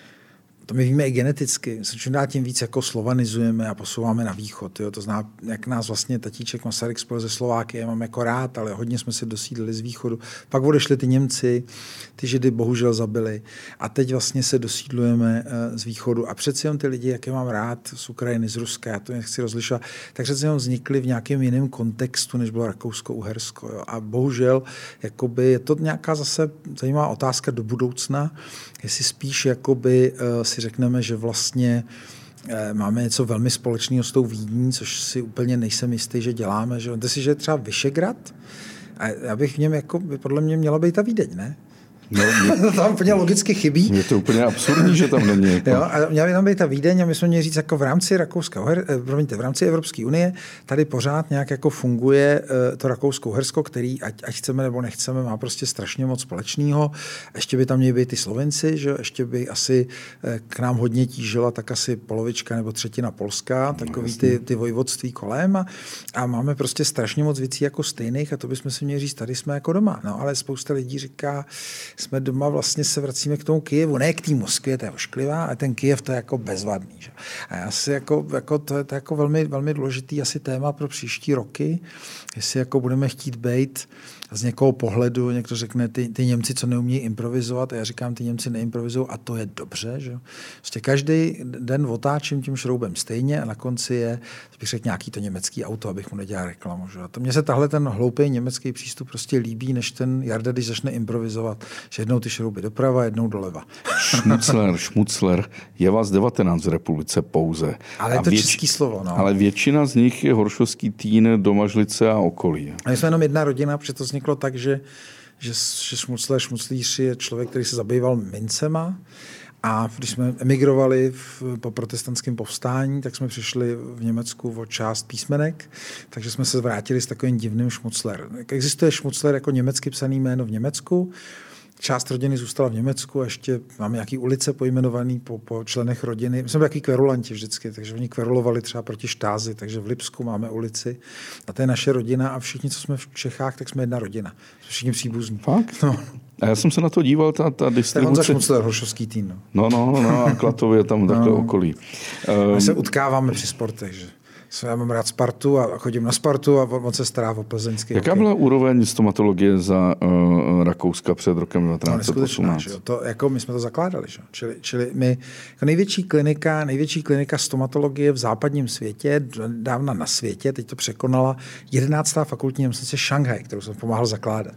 [SPEAKER 2] to my víme i geneticky, se čím dál tím víc jako slovanizujeme a posouváme na východ. Jo? To znamená, jak nás vlastně tatíček Masaryk spojil ze Slováky, já mám jako rád, ale hodně jsme se dosídlili z východu. Pak odešli ty Němci, ty Židy bohužel zabili a teď vlastně se dosídlujeme z východu. A přeci jen ty lidi, jak je mám rád, z Ukrajiny, z Ruska, já to nechci rozlišovat, tak přeci jen vznikli v nějakém jiném kontextu, než bylo Rakousko-Uhersko. Jo? A bohužel jakoby, je to nějaká zase zajímavá otázka do budoucna, jestli spíš jakoby si řekneme, že vlastně máme něco velmi společného s tou Vídní, což si úplně nejsem jistý, že děláme. Že vemte si, že je třeba Vyšegrad a já bych v něm, jako, podle mě měla být ta Vídeň, ne?
[SPEAKER 1] No,
[SPEAKER 2] to tam úplně logicky chybí.
[SPEAKER 1] Je to úplně absurdní, že tam není.
[SPEAKER 2] Jo, a měla by tam být ta Vídeň a my jsme měli říct, jako v rámci v rámci Evropské unie tady pořád nějak jako funguje to Rakousko-Uhersko, který, ať chceme nebo nechceme, má prostě strašně moc společného. Ještě by tam měli být ty Slovenci, že ještě by asi k nám hodně tížila tak asi polovička nebo třetina Polska, takový ty vojvodství kolem a máme prostě strašně moc věcí jako stejných a to bychom si měli říct, tady jsme jako doma. No, ale spousta lidí říká, jsme doma, vlastně se vracíme k tomu Kyjevu, ne k té Moskvě, to je ošklivá, a ten Kyjev to je jako bezvadný. Že? A já si jako to je jako velmi, velmi důležitý asi téma pro příští roky, jestli jako budeme chtít být z někoho pohledu, někdo řekne ty Němci, co neumí improvizovat, a já říkám, ty Němci neimprovizují a to je dobře. Že? Prostě každý den otáčím tím šroubem stejně a na konci je, bych řekl, nějaký to německý auto, abych mu nedělal reklamu. Že? A to mně se tahle ten hloupý německý přístup prostě líbí, než ten Jarda, když začne improvizovat, že jednou ty šrouby doprava, jednou doleva.
[SPEAKER 1] Šmucler, je vás 19 v republice pouze.
[SPEAKER 2] Ale je to český slovo. No.
[SPEAKER 1] Ale většina z nich je Horšovský Týn, Domažlice a okolí.
[SPEAKER 2] A my jsme jenom jedna rodina, protože to vzniklo tak, že šmuclíř je člověk, který se zabýval mincema. A když jsme emigrovali po protestantském povstání, tak jsme přišli v Německu o část písmenek, takže jsme se vrátili s takovým divným Šmucler. Existuje Šmucler jako německy psaný jméno v Německu, část rodiny zůstala v Německu a ještě máme nějaký ulice pojmenovaný po členech rodiny. My jsme takový kverulanti vždycky, takže oni kverulovali třeba proti Štázi, takže v Lipsku máme ulici a to je naše rodina a všichni, co jsme v Čechách, tak jsme jedna rodina. Jsme všichni příbuzní.
[SPEAKER 1] Fakt?
[SPEAKER 2] No.
[SPEAKER 1] A já jsem se na to díval, ta distribuce.
[SPEAKER 2] To je Honza Šmucler, Holšovský tým.
[SPEAKER 1] No, a Klatově tam takhle okolí.
[SPEAKER 2] My se utkáváme při sportech, že? Já mám rád Spartu a chodím na Spartu a on se stará o plzeňský.
[SPEAKER 1] Jaká byla úroveň stomatologie za Rakouska před rokem 1918?
[SPEAKER 2] No, to, jako my jsme to zakládali. Že? Čili my, jako největší klinika stomatologie v západním světě, dávna na světě, teď to překonala 11. fakultní nemocnice Šanghaj, kterou jsem pomáhal zakládat.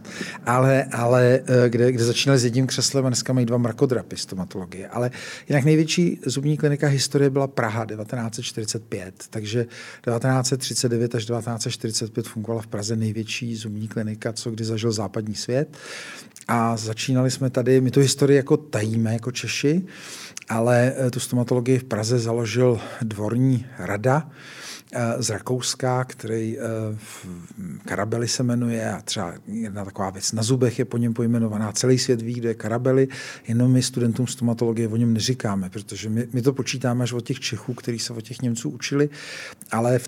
[SPEAKER 2] Ale kde začínali s jedním křeslem a dneska mají 2 mrakodrapy stomatologie. Ale jinak největší zubní klinika historie byla Praha 1945, takže 1939 až 1945 fungovala v Praze největší zubní klinika, co kdy zažil západní svět. A začínali jsme tady, my tu historii jako tajíme jako Češi, ale tu stomatologii v Praze založil dvorní rada z Rakouska, který Karabely se jmenuje a třeba jedna taková věc na zubech je po něm pojmenovaná. Celý svět ví, kde je Karabely, jenom my studentům stomatologie o něm neříkáme, protože my to počítáme až od těch Čechů, kteří se od těch Němců učili, ale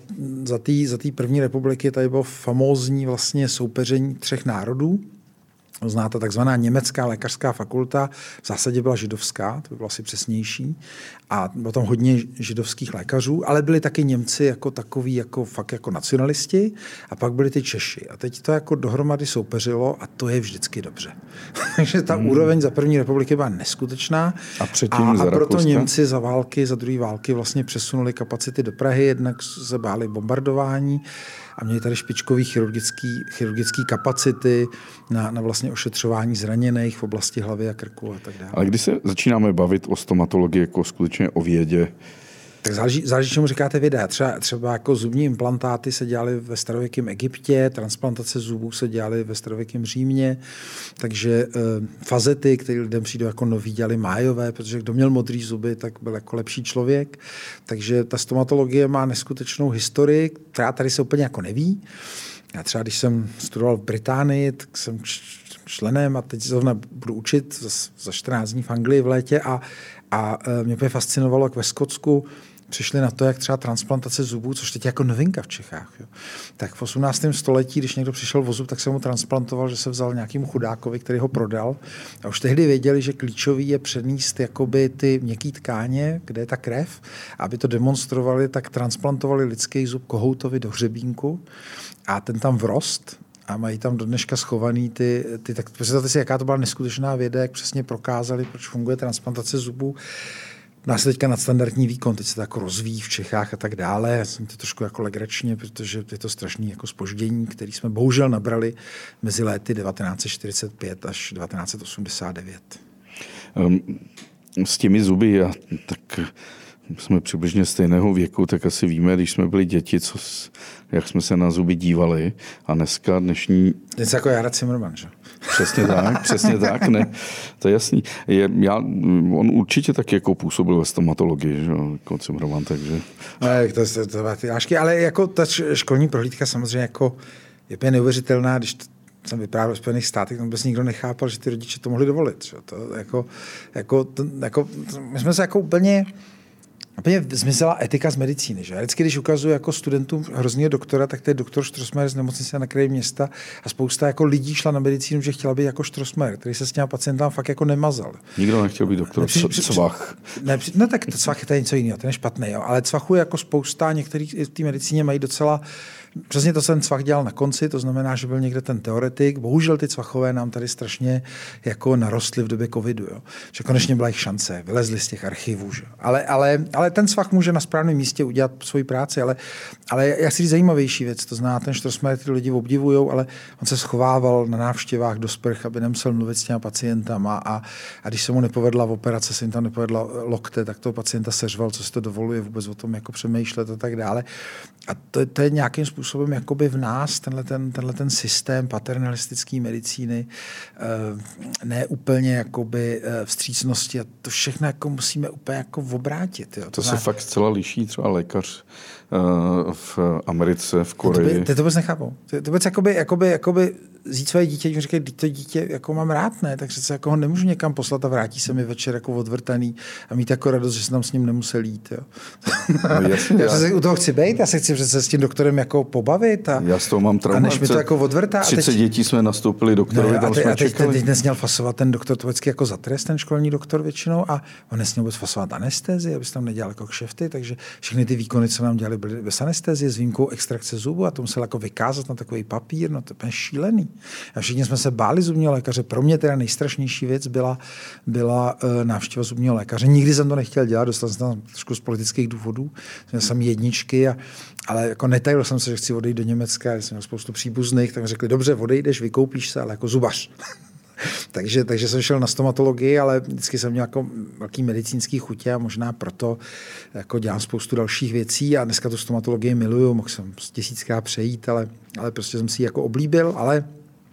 [SPEAKER 2] za té první republiky tady bylo famózní vlastně soupeření 3 národů. Znáte takzvaná německá lékařská fakulta, v zásadě byla židovská, to by bylo asi přesnější, a bylo tam hodně židovských lékařů, ale byli taky Němci jako takový, jako fakt jako nacionalisti, a pak byli ty Češi. A teď to jako dohromady soupeřilo a to je vždycky dobře. Takže ta úroveň za první republiky byla neskutečná a proto Němci za druhé války vlastně přesunuli kapacity do Prahy, jednak se báli bombardování a měli tady špičkový chirurgický kapacity na vlastně ošetřování zraněných v oblasti hlavy a krku a tak dále.
[SPEAKER 1] Ale když se začínáme bavit o stomatologii jako skutečně o vědě?
[SPEAKER 2] Tak záleží, čemu říkáte věda. Třeba jako zubní implantáty se dělaly ve starověkém Egyptě, transplantace zubů se dělaly ve starověkém Římě, takže fazety, které lidem přijdou jako noví, dělali májové, protože kdo měl modrý zuby, tak byl jako lepší člověk. Takže ta stomatologie má neskutečnou historii, která tady se úplně jako neví. Já třeba, když jsem studoval v Británii, tak jsem členem a teď zrovna budu učit za 14 dní v Anglii v létě a mě úplně fascinovalo, jak ve Skotsku přišli na to, jak třeba transplantace zubů, což teď je jako novinka v Čechách. Jo. Tak v 18. století, když někdo přišel o zub, tak se mu transplantoval, že se vzal nějakému chudákovi, který ho prodal. A už tehdy věděli, že klíčový je přenést jakoby ty měkké tkáně, kde je ta krev. Aby to demonstrovali, tak transplantovali lidský zub kohoutovi do hřebínku a ten tam vrost. A mají tam do dneška schovaný tak představte si, jaká to byla neskutečná věda, jak přesně prokázali, proč funguje transplantace zubů. Nás teďka nadstandardní výkon, teď se to jako rozvíjí v Čechách a tak dále. Já jsem to trošku jako legračně, protože je to strašný jako zpoždění, který jsme bohužel nabrali mezi léty 1945 až 1989.
[SPEAKER 1] S těmi zuby, tak jsme přibližně stejného věku, tak asi víme, když jsme byli děti, jak jsme se na zuby dívali. A dnešní...
[SPEAKER 2] Něco jako Jara Cimrman, že?
[SPEAKER 1] Přesně tak, ne, to je jasný. On určitě taky jako působil ve stomatologii, že jako Cimrman, takže...
[SPEAKER 2] To ale jako ta školní prohlídka samozřejmě jako je úplně neuvěřitelná, když jsem vyprávěl v Spojených státech, tam vůbec nikdo nechápal, že ty rodiče to mohli dovolit. Že? My jsme se jako úplně zmizela etika z medicíny. Že? Vždycky, když ukazuju jako studentům hrozného doktora, tak to je doktor Strossmayer z nemocnice na kraji města a spousta jako lidí šla na medicínu, že chtěla být jako Strossmayer, který se s těma pacientama fakt jako nemazal.
[SPEAKER 1] Nikdo nechtěl být doktor Cvach.
[SPEAKER 2] Ne, tak Cvach je něco jiného, ten je špatný, jo. Ale Cvachu je jako spousta, některý v té medicíně mají docela přesně to, co ten Cvach dělal na konci, to znamená, že byl někde ten teoretik. Bohužel ty Cvachové nám tady strašně jako narostly v době covidu. Jo. Že konečně byla jich šance, vylezli z těch archivů. Že. Ale ten Cvach může na správném místě udělat svoji práci, ale jak si říct zajímavější věc, to zná ten Strossmayer, ty lidi obdivujou, ale on se schovával na návštěvách do sprch, aby nemusel mluvit s těma pacientama a když se mu nepovedla operace, se jim tam nepovedla lokte, tak toho pacienta seřval, co si to dovoluje vůbec o tom jako přemýšlet a tak dále. A to je nějakým způsobem jakoby v nás, tenhle ten systém paternalistické medicíny, ne úplně jakoby vstřícnosti a to všechno jako musíme úplně jako obrátit. Jo.
[SPEAKER 1] To se fakt zcela liší třeba lékař v Americe, v Koreji.
[SPEAKER 2] Ty to vůbec nechápou. Ty vůbec jakoby vzít svoje dítě, mi říkají, to dítě jako mám rád, ne? Tak přece jako ho nemůžu někam poslat a vrátí se mi večer jako odvrtaný a mít jako radost, že jsem tam s ním nemusel jít. Jo?
[SPEAKER 1] No, jasně,
[SPEAKER 2] já se u toho chci být, já se chci přece s tím doktorem jako pobavit.
[SPEAKER 1] Já s toho mám trauma.
[SPEAKER 2] A než mi to jako odvrtá.
[SPEAKER 1] 30 dětí jsme nastoupili doktorovi, tam jsme čekali.
[SPEAKER 2] Teď nesměl fasovat ten doktor, to vždycky jako za trest, ten školní doktor většinou, a on nesměl vůbec fasovat anestezi, aby se tam nedělal jako kšefty, takže všechny ty výkony, co nám dělali, byly bez anestezie s výjimkou extrakce zubu a to musel jako vykázat na takový papír, no to je šílený. A všichni jsme se báli zubního lékaře. Pro mě teda nejstrašnější věc byla návštěva zubního lékaře. Nikdy jsem to nechtěl dělat, dostal jsem tam trošku z politických důvodů. Měl jsem jedničky, ale jako netajil jsem se, že chci odejít do Německa, jsem měl spoustu příbuzných, tak mi řekli, dobře, odejdeš, vykoupíš se, ale jako zubař. takže jsem šel na stomatologii, ale vždycky jsem měl jako velký medicínský chutě a možná proto jako dělám spoustu dalších věcí a dneska tu stomatologii miluju, mohl jsem 1000krát přejít, ale prostě jsem si ji jako oblíbil, ale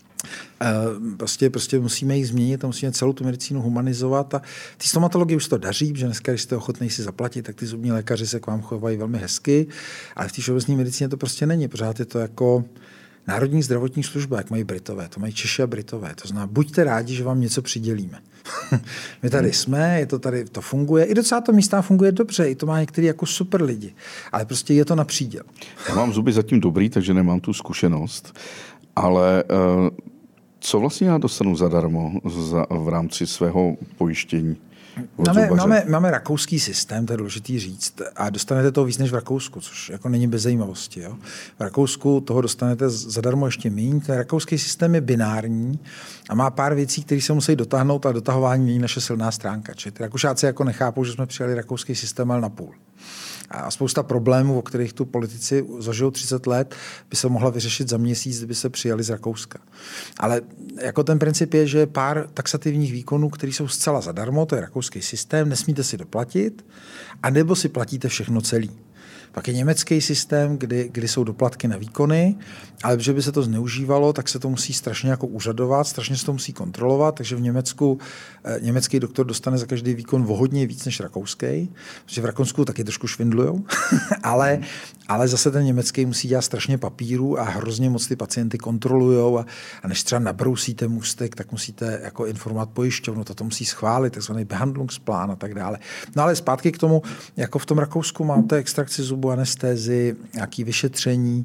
[SPEAKER 2] prostě musíme ji změnit a musíme celou tu medicínu humanizovat a ty stomatologii už to daří, že dneska, když jste ochotný si zaplatit, tak ty zubní lékaři se k vám chovají velmi hezky, ale v té všeobecné medicíně to prostě není, pořád je to jako Národní zdravotní služba, jak mají Britové, to mají Češi a Britové. To znamená, buďte rádi, že vám něco přidělíme. My tady jsme, je to tady, to funguje. I docela to místa funguje dobře, i to má některý jako super lidi. Ale prostě je to na příděl.
[SPEAKER 1] Já mám zuby zatím dobrý, takže nemám tu zkušenost. Ale co vlastně já dostanu zadarmo v rámci svého pojištění?
[SPEAKER 2] Máme rakouský systém, to je důležitý říct, a dostanete toho víc než v Rakousku, což jako není bez zajímavosti. Jo? V Rakousku toho dostanete zadarmo ještě míň. Ten rakouský systém je binární a má pár věcí, které se musí dotáhnout a dotahování není naše silná stránka. Čili ty Rakušáci jako nechápou, že jsme přijali rakouský systém, ale na půl. A spousta problémů, o kterých tu politici zažijou 30 let, by se mohla vyřešit za měsíc, kdyby se přijali z Rakouska. Ale jako ten princip je, že pár taxativních výkonů, které jsou zcela zadarmo, to je rakouský systém, nesmíte si doplatit, anebo si platíte všechno celý. Pak je německý systém, kdy jsou doplatky na výkony, ale že by se to zneužívalo, tak se to musí strašně jako úřadovat, strašně se to musí kontrolovat, takže v Německu německý doktor dostane za každý výkon o hodně víc než rakouský, protože v Rakousku taky trošku švindlujou, ale zase ten německý musí dělat strašně papíru a hrozně moc ty pacienty kontrolujou a než třeba nabrousíte můstek, tak musíte jako informovat pojišťovnu, to musí schválit, takzvaný Behandlungsplan a tak dále. No ale zpátky k tomu, jako v tom Rakousku máte extrakci zubu, anestézi, nějaké vyšetření,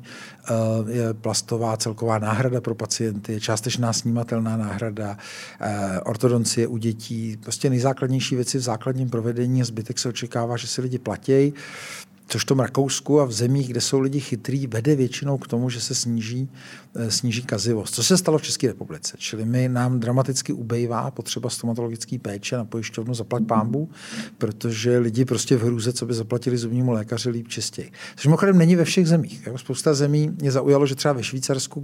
[SPEAKER 2] je plastová celková náhrada pro pacienty, je částečná snímatelná náhrada, ortodoncie u dětí, prostě nejzákladnější věci v základním provedení a zbytek se očekává, že si lidi platí, což v tom Rakousku a v zemích, kde jsou lidi chytrý, vede většinou k tomu, že se sníží kazivost. Co se stalo v České republice? Čili nám dramaticky ubejvá potřeba stomatologické péče na pojišťovnu zaplať pánbů, protože lidi prostě v hrůze, co by zaplatili zubnímu lékaři líp čistěji. Což mimochodem není ve všech zemích. Spousta zemí mě zaujalo, že třeba ve Švýcarsku,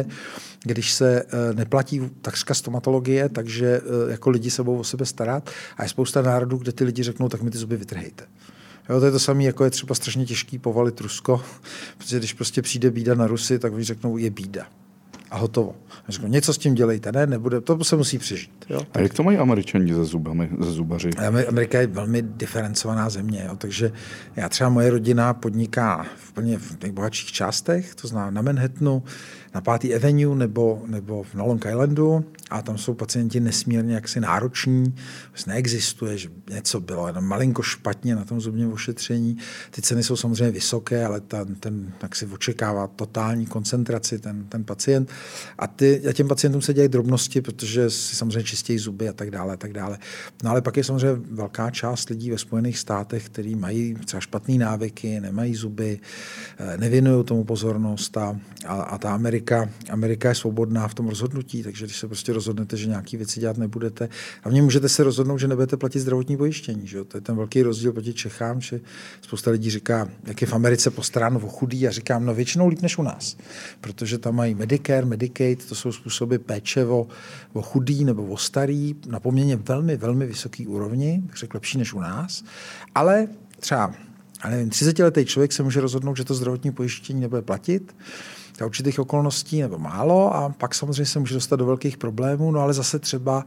[SPEAKER 2] když se neplatí takřka stomatologie, takže jako lidi se budou o sebe starat a je spousta národů, kde ty lidi řeknou, tak mi ty zuby vytrhejte. Jo, to je to samé, jako je třeba strašně těžký povalit Rusko, protože když prostě přijde bída na Rusy, tak oni řeknou, je bída. A hotovo. A řeknou, něco s tím dělejte, ne, nebude, to se musí přežít. Jo?
[SPEAKER 1] A jak to mají Američani se zubaři?
[SPEAKER 2] Amerika je velmi diferencovaná země, jo? Takže já třeba moje rodina podniká v nejbohatších částech, to znamená na Manhattanu, na 5. Avenue nebo na Long Islandu a tam jsou pacienti nesmírně jaksi nároční, neexistuje, že něco bylo jenom malinko špatně na tom zubním ošetření. Ty ceny jsou samozřejmě vysoké, ale ten tak si očekává totální koncentraci ten pacient a těm pacientům se dělají drobnosti, protože si samozřejmě čistějí zuby a tak dále. No ale pak je samozřejmě velká část lidí ve Spojených státech, kteří mají třeba špatné návyky, nemají zuby, nevěnují tomu pozornost a ta Amerika je svobodná v tom rozhodnutí, takže když se prostě rozhodnete, že nějaké věci dělat nebudete, hlavně můžete se rozhodnout, že nebudete platit zdravotní pojištění. Že? To je ten velký rozdíl proti Čechám, že spousta lidí říká, jak je v Americe postaráno o chudý a říkám, no většinou líp než u nás, protože tam mají Medicare, Medicaid, to jsou způsoby péče o chudý nebo o starý na poměrně velmi, velmi vysoký úrovni, bych řekl lepší než u nás, ale třeba 30letý člověk se může rozhodnout, že to zdravotní pojištění nebude platit. za určitých okolností nebo málo a pak samozřejmě se může dostat do velkých problémů, no ale zase třeba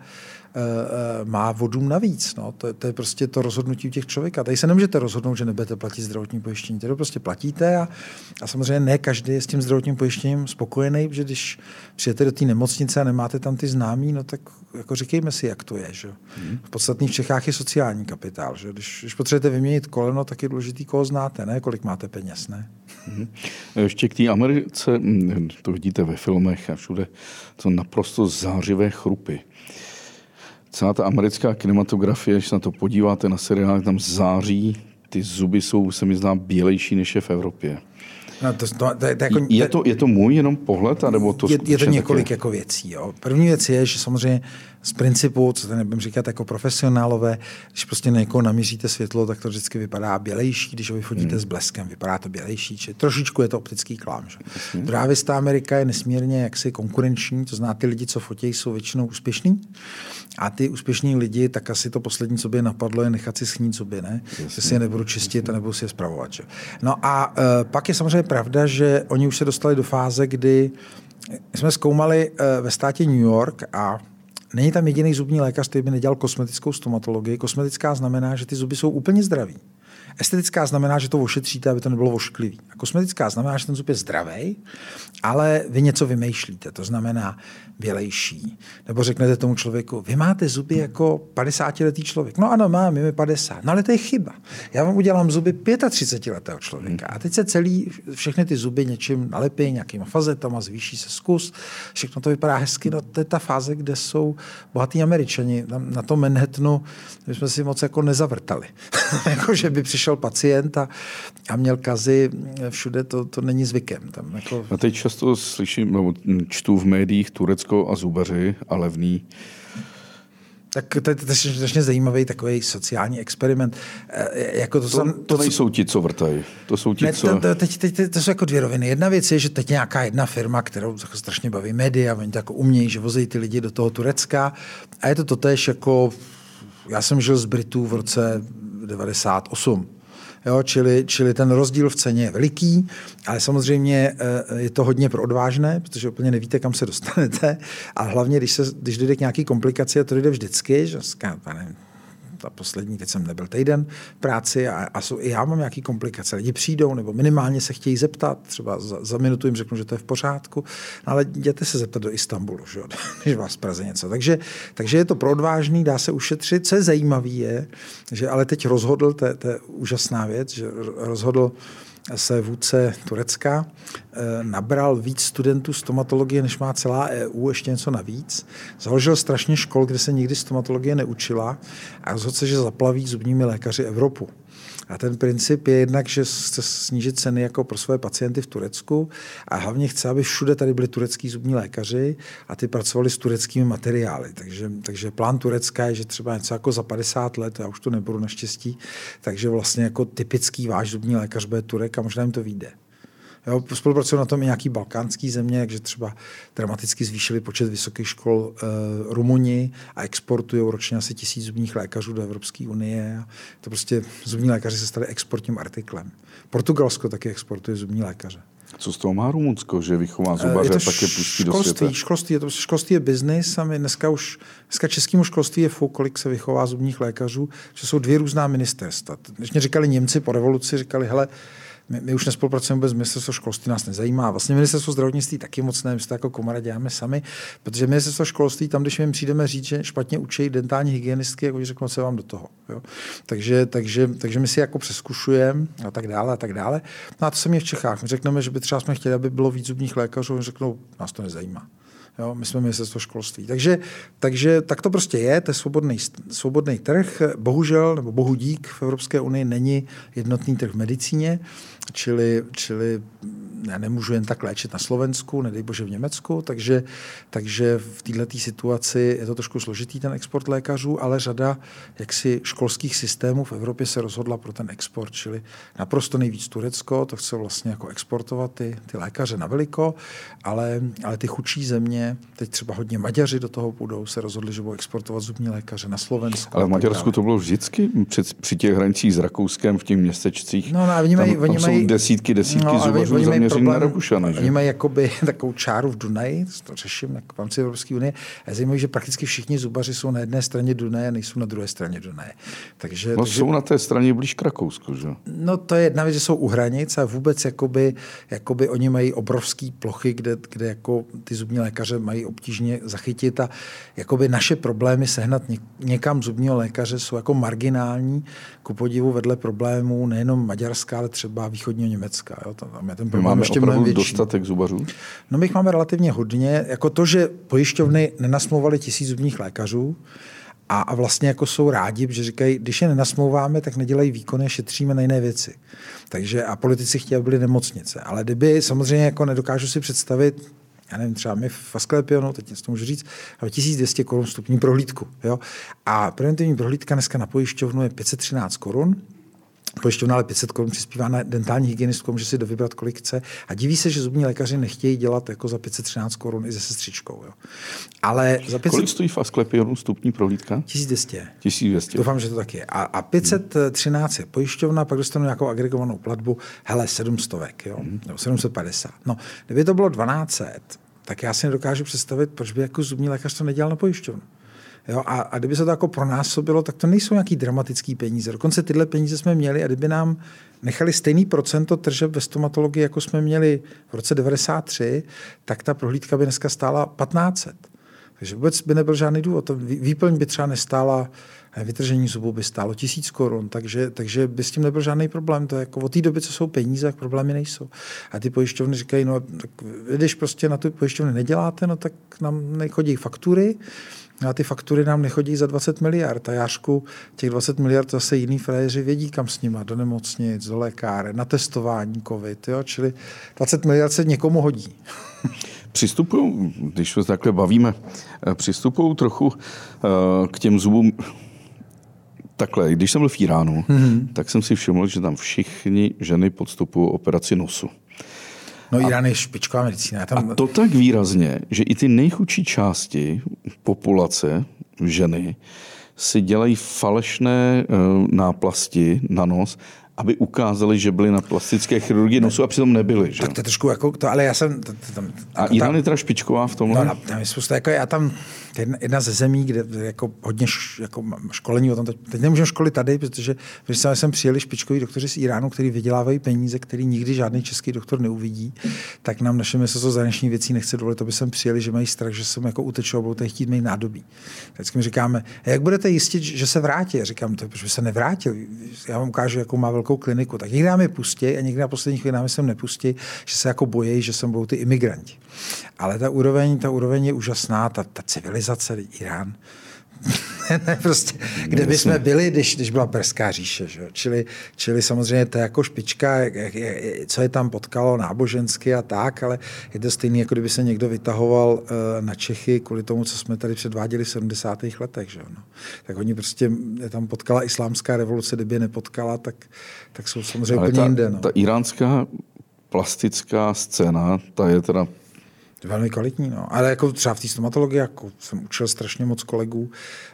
[SPEAKER 2] má o dům navíc. No. To je prostě to rozhodnutí u těch člověka. Tady se nemůžete rozhodnout, že nebudete platit zdravotní pojištění. Tady prostě platíte a samozřejmě ne každý je s tím zdravotním pojištěním spokojený, protože když přijete do té nemocnice a nemáte tam ty známí, no tak jako říkejme si, jak to je. Že? Podstatný v Čechách je sociální kapitál. Že? Když potřebujete vyměnit koleno, tak je důležitý, koho znáte, ne kolik máte peněz. Ne?
[SPEAKER 1] Ještě k té Americe, to vidíte ve filmech a všude, to naprosto zářivé chrupy. Celá ta americká kinematografie, když se na to podíváte na seriály, tam září, ty zuby jsou, se mi zdá, bělejší než je v Evropě.
[SPEAKER 2] No
[SPEAKER 1] je to můj jenom pohled? Anebo to
[SPEAKER 2] je to několik jako věcí. Jo. První věc je, že samozřejmě z principu, co to nebudem říkat jako profesionálové, když prostě na někoho namíříte světlo, tak to vždycky vypadá bělejší, když ho vyfotíte s bleskem, vypadá to bělejší. Či trošičku je to optický klám. Druhá věc, ta Amerika je nesmírně jaksi konkurenční, to znamená, ty lidi, co fotí, jsou většinou úspěšní. A ty úspěšní lidi, tak asi to poslední, co by je napadlo, je nechat si schnít zuby, ne? Že si je nebudu čistit a nebudu si je spravovat. Že? No a pak je samozřejmě pravda, že oni už se dostali do fáze, kdy jsme zkoumali ve státě New York a není tam jediný zubní lékař, který by nedělal kosmetickou stomatologii. Kosmetická znamená, že ty zuby jsou úplně zdraví. Estetická znamená, že to ošetříte, aby to nebylo ošklivý. A kosmetická znamená, že ten zub je zdravý, ale vy něco vymýšlíte. To znamená bělejší. Nebo řeknete tomu člověku, vy máte zuby jako 50letý člověk. No ano, mám, je mi 50. No ale to je chyba. Já vám udělám zuby 35letého člověka. A teď se všechny ty zuby něčím nalepí, nějakýma fazetama, zvýší se zkus. Všechno to vypadá hezky. No to je ta fáze, kde jsou bohatí Američani. Na tom Manhattanu my jsme si moc jako nezavrtali. Jako, že by přišel pacient a měl kazy všude, to není zvykem. Tam jako...
[SPEAKER 1] A teď často slyším, nebo čtu v médiích Turecko a zubaři a levný.
[SPEAKER 2] Tak to je strašně zajímavý takový sociální experiment. Jako
[SPEAKER 1] to nejsou ti, co vrtají. To jsou ti, co...
[SPEAKER 2] To jsou jako dvě roviny. Jedna věc je, že teď nějaká jedna firma, kterou strašně baví média, oni to jako umějí, že vozejí ty lidi do toho Turecka. A je to totéž jako... Já jsem žil z Britů v roce 98. Jo, čili ten rozdíl v ceně je veliký, ale samozřejmě je to hodně pro odvážné, protože úplně nevíte, kam se dostanete. A hlavně, když dojde k nějaký komplikaci, a to jde vždycky, že ta poslední, teď jsem nebyl týden v práci a i já mám nějaký komplikace. Lidi přijdou nebo minimálně se chtějí zeptat, třeba za minutu jim řeknu, že to je v pořádku, no, ale jděte se zeptat do Istanbulu, že? Když vás v Praze něco. Takže je to pro odvážný, dá se ušetřit. Co je zajímavé je, že ale teď rozhodl, to je úžasná věc, že rozhodl se vůdce Turecka, nabral víc studentů stomatologie, než má celá EU, ještě něco navíc. Založil strašně škol, kde se nikdy stomatologie neučila a rozhodl se, že zaplaví zubními lékaři Evropu. A ten princip je jednak, že chce snížit ceny jako pro své pacienty v Turecku a hlavně chce, aby všude tady byli turecký zubní lékaři a ty pracovali s tureckými materiály. Takže plán Turecka je, že třeba něco jako za 50 let, já už to nebudu naštěstí, takže vlastně jako typický váš zubní lékař bude Turek a možná jim to vyjde. Jo, spolupracují na tom i nějaký balkánský země, takže třeba dramaticky zvýšili počet vysokých škol Rumuni a exportují ročně asi 1000 zubních lékařů do Evropské unie. A to prostě zubní lékaři se stali exportním artiklem. Portugalsko taky exportuje zubní lékaře.
[SPEAKER 1] Co z toho má Rumunsko, že vychová zubaře a pak je pustí do světa?
[SPEAKER 2] Školství je biznis a dneska českému školství je fuk, kolik se vychová zubních lékařů, že jsou 2 různá ministerstva. Když mě říkali Němci po revoluci, říkali, hele, my už nespolupracujeme bez ministerstva školství, nás nezajímá. Vlastně ministerstvo zdravotnictví taky moc ne, my to jako komora děláme sami, protože ministerstvo školství, tam, když my přijdeme říct, že špatně učí dentální hygienistky, jako řeknou, co vám do toho. Jo? Takže my si jako přeskušujeme a tak dále a tak dále. No a to se mě v Čechách. My řekneme, že by třeba jsme chtěli, aby bylo víc zubních lékařů, oni řeknou, nás to nezajímá. Jo, my jsme ministerstvo školství. Takže tak to prostě je, to je svobodný trh. Bohužel, nebo bohu dík, v Evropské unii není jednotný trh v medicíně, čili já nemůžu jen tak léčit na Slovensku, nedej bože v Německu, takže v této situaci je to trošku složitý ten export lékařů, ale řada jaksi školských systémů v Evropě se rozhodla pro ten export, čili naprosto nejvíc Turecko, to chce vlastně jako exportovat ty lékaře na veliko, ale ty chudší země, teď třeba hodně Maďaři do toho půjdou, se rozhodli, že budou exportovat zubní lékaře na Slovensku.
[SPEAKER 1] Ale v Maďarsku to bylo vždycky při těch hranicích s Rakouskem v těch městečcích.
[SPEAKER 2] No,
[SPEAKER 1] tam jsou desítky zubařů zaměřených.
[SPEAKER 2] problém. Oni mají jakoby takovou čáru v Dunaji, to řeším v rámci Evropské unie. A je zajímavé, že prakticky všichni zubaři jsou na jedné straně Dunaje a nejsou na druhé straně Dunaje. Takže
[SPEAKER 1] jsou na té straně blíž k Rakousku, že?
[SPEAKER 2] No to je jedna věc, že jsou u hranic a vůbec jakoby oni mají obrovské plochy, kde jako ty zubní lékaře mají obtížně zachytit a jakoby naše problémy sehnat někam zubního lékaře jsou jako marginální, ku podivu vedle problémů nejenom Maďarska, ale třeba východního Německa. Jo? Tam je ten problém
[SPEAKER 1] máme
[SPEAKER 2] ještě
[SPEAKER 1] opravdu
[SPEAKER 2] větší.
[SPEAKER 1] Dostatek zubařů?
[SPEAKER 2] No my jich máme relativně hodně. Jako to, že pojišťovny nenasmlouvaly 1000 zubních lékařů a vlastně jako jsou rádi, že říkají, když je nenasmlouváme, tak nedělají výkony, šetříme na jiné věci. Takže a politici chtějí, aby byly nemocnice. Ale kdyby samozřejmě jako nedokážu si představit, já nevím, třeba my v Asklepionu, teď něco můžu říct, ale 1200 korun vstupní prohlídku. Jo? A preventivní prohlídka dneska na pojišťovnu je 513 korun. Pojišťovna ale 500 korun přispívá na dentální hygienistku, může si dovybrat, kolik chce. A diví se, že zubní lékaři nechtějí dělat jako za 513 korun i se sestřičkou. Jo. Ale za 500...
[SPEAKER 1] Kolik stojí v Asklepionu vstupní prohlídka?
[SPEAKER 2] 1200.
[SPEAKER 1] 1200.
[SPEAKER 2] Doufám, že to tak je. A 513 je pojišťovna, pak dostanu nějakou agregovanou platbu, hele, 700, jo, nebo 750. No, kdyby to bylo 1200, tak já si nedokážu představit, proč by jako zubní lékař to nedělal na pojišťovnu. Jo, a kdyby se to jako pronásobilo, tak to nejsou nějaký dramatický peníze. Dokonce tyhle peníze jsme měli a kdyby nám nechali stejný procento tržeb ve stomatologii, jako jsme měli v roce 93, tak ta prohlídka by dneska stála 1500. Takže vůbec by nebyl žádný důvod. Výplň by třeba nestála, vytržení zubů by stálo 1000 korun, takže by s tím nebyl žádný problém. To je jako od té doby, co jsou peníze, tak problémy nejsou. A ty pojišťovny říkají, no tak když prostě na tu pojišťovny neděláte, no tak nám nechodí faktury, a ty faktury nám nechodí za 20 miliard. A Jářku, těch 20 miliard zase jiný frajeři vědí, kam s nima, do nemocnic, do lékáren, na testování covid. Jo? Čili 20 miliard se někomu hodí.
[SPEAKER 1] Přistupují, když se takhle bavíme, přistupují trochu k těm zubům. Takhle, když jsem byl v Iránu, tak jsem si všiml, že tam všichni ženy podstupují operaci nosu.
[SPEAKER 2] No Irán je špičková medicína.
[SPEAKER 1] A to tak výrazně, že i ty nejchudší části populace, ženy, si dělají falešné náplasti na nos, aby ukázali, že byli na plastické chirurgii nosu a přitom nebyli. Že?
[SPEAKER 2] Tak to je trošku jako to, ale já jsem...
[SPEAKER 1] A Irán je teda špičková v tomhle?
[SPEAKER 2] No, tam je spousta, jako já tam, jedna ze zemí, kde jako hodně jako školení o tom, teď nemůžeme školit tady, protože jsem přijeli špičkoví doktoři z Iránu, kteří vydělávají peníze, který nikdy žádný český doktor neuvidí, tak nám naše ministerstvo zahraničních věcí nechce dovolit, aby sem přijeli, že mají strach, že jsem jako utečou a budou tady chtít mít nádobí. Vždycky mi říkáme, jak budete jistit, že se vrátí? Já říkám, to proč by se nevrátil? Já vám ukážu, jakou má velkou kliniku. Tak někdy nám je pustí a někdy na poslední chvíli nám sem nepustí, že se jako bojí, že sem budou ty imigranti. Ale ta úroveň je úžasná, ta civilizace, Irán. Ne, prostě, kde by jsme byli, když byla Perská říše. Že? Čili samozřejmě to je jako špička, co je tam potkalo nábožensky a tak, ale je to stejný, jako kdyby se někdo vytahoval na Čechy kvůli tomu, co jsme tady předváděli v 70. letech. Že? No. Tak oni prostě, tam potkala islámská revoluce, kdyby je nepotkala, tak jsou samozřejmě ale úplně jinde. No.
[SPEAKER 1] Ta iránská plastická scéna, ta je teda
[SPEAKER 2] velmi kvalitní, no. Ale jako třeba v té stomatologii, jako jsem učil strašně moc kolegů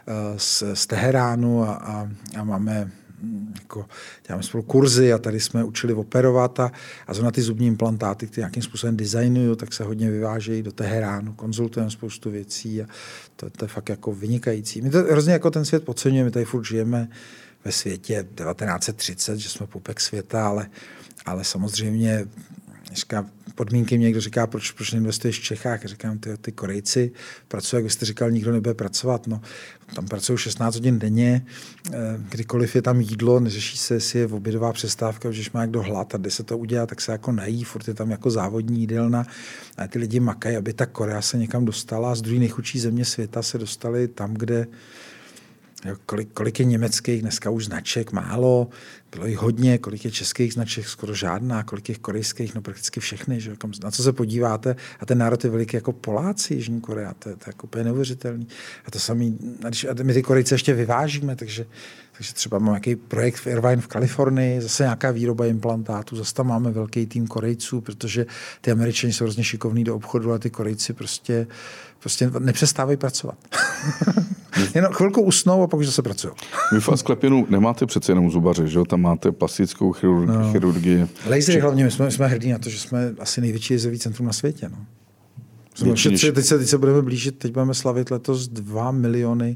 [SPEAKER 2] z Teheránu a máme jako, děláme spolu kurzy a tady jsme učili operovat a zrovna ty zubní implantáty, které nějakým způsobem designují, tak se hodně vyvážejí do Teheránu, konzultujeme spoustu věcí a to je fakt jako vynikající. My to hrozně jako ten svět podceňujeme, my tady furt žijeme ve světě 1930, že jsme pupek světa, ale samozřejmě dneska podmínky mě někdo říká, proč neinvestuješ v Čechách? Říkám, ty Korejci pracují, jak byste říkal, nikdo nebude pracovat. No, tam pracují 16 hodin denně, kdykoliv je tam jídlo, neřeší se, jestli je obědová přestávka, když má někdo hlad a jde se to udělat, tak se jako nají, furt je tam jako závodní jídelna a ty lidi makají, aby ta Korea se někam dostala a z druhé nejchudší země světa se dostali tam, kde kolik je německých dneska už značek? Málo. Bylo jich hodně. Kolik je českých značek? Skoro žádná. Kolik je korejských? No prakticky všechny. Že? Na co se podíváte? A ten národ je veliký jako Poláci, Jižní Korea. To je jako úplně neuvěřitelný. A to samý, a my ty Korejce ještě vyvážíme, takže třeba mám nějaký projekt v Irvine v Kalifornii, zase nějaká výroba implantátů, zase tam máme velký tým Korejců, protože ty Američani jsou hrozně šikovní do obchodu, ale ty Korejci prostě nepřestávají pracovat. Jenom chvilku usnou a pak už zase pracují.
[SPEAKER 1] Vy v Asklepěnu nemáte přece jenom zubaře, že jo? Tam máte plastickou chirurgii.
[SPEAKER 2] Lasery hlavně, my jsme hrdí na to, že jsme asi největší laserový centrum na světě. No. Teď se budeme blížit, teď budeme slavit letos 2 miliony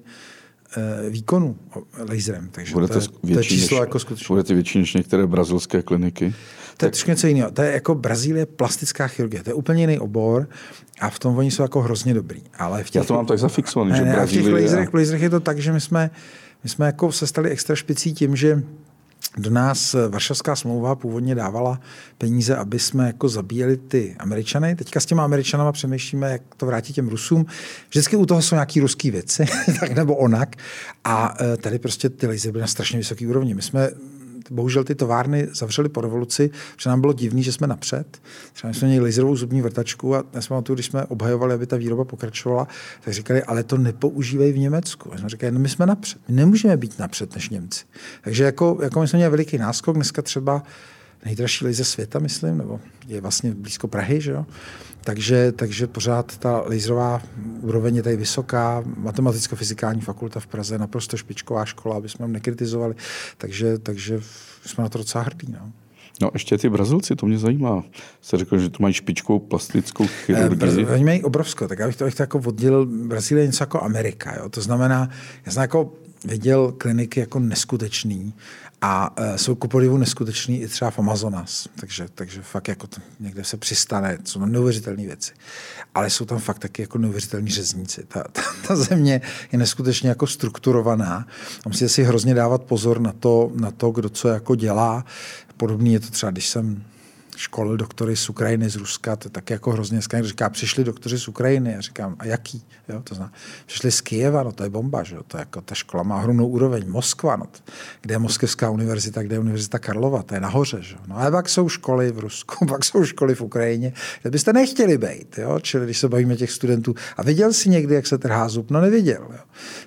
[SPEAKER 2] výkonů laserem. Takže to je číslo jako skutečně.
[SPEAKER 1] Budete větší než některé brazilské kliniky.
[SPEAKER 2] To je trošku něco jiného. To je jako Brazílie plastická chirurgie. To je úplně jiný obor a v tom oni jsou jako hrozně dobrý. Ale
[SPEAKER 1] Já to mám tak zafixovaný, že
[SPEAKER 2] Brazílie... V těch laserech je to tak, že my jsme jako se stali extra špicí tím, že do nás Varšavská smlouva původně dávala peníze, aby jsme jako zabíjeli ty Američany. Teďka s těma Američanama přemýšlíme, jak to vrátit těm Rusům. Vždycky u toho jsou nějaký ruský věci, tak nebo onak. A tady prostě ty lasery byly na strašně vysoký úrovni. My jsme bohužel ty továrny zavřeli po revoluci, protože nám bylo divný, že jsme napřed. Třeba my jsme měli laserovou zubní vrtačku a když jsme obhajovali, aby ta výroba pokračovala, tak říkali, ale to nepoužívají v Německu. A jsme říkali, no my jsme napřed. My nemůžeme být napřed než Němci. Takže jako my jsme měli veliký náskok. Dneska třeba nejdražší laser světa, myslím, nebo je vlastně blízko Prahy, že jo? Takže pořád ta laserová úroveň je tady vysoká, matematicko-fyzikální fakulta v Praze, naprosto špičková škola, aby jsme nekritizovali, takže jsme na to docela hrdí. No.
[SPEAKER 1] No ještě ty Brazilci, to mě zajímá. Jste řekl, že tu mají špičkovou plastickou chirurgii.
[SPEAKER 2] Oni mají obrovskou, tak abych to jako oddělil. Brazílie je něco jako Amerika. Jo? To znamená, já jsem jako viděl kliniky jako neskutečný a jsou ku podivu neskutečný i třeba v Amazonas. Takže fakt jako někde se přistane, jsou tam neuvěřitelné věci. Ale jsou tam fakt taky jako neuvěřitelní řezníci. Ta země je neskutečně jako strukturovaná. A musíte si hrozně dávat pozor na to, kdo co jako dělá. Podobný je to třeba, když jsem školil doktory z Ukrajiny, z Ruska, to je taky jako hrozně skvělé. Říká, přišli doktoři z Ukrajiny. A říkám, a jaký? Jo, to znamená, přišli z Kyjeva, no to je bomba, že jo? To je jako, ta škola má ohromnou úroveň. Moskva, no, kde je Moskevská univerzita, kde je Univerzita Karlova, to je nahoře, že jo? No ale pak jsou školy v Rusku, pak jsou školy v Ukrajině, kde byste nechtěli být, jo? Čili když se bavíme těch studentů. A viděl jsi někdy, jak se trhá zub? No neviděl, jo?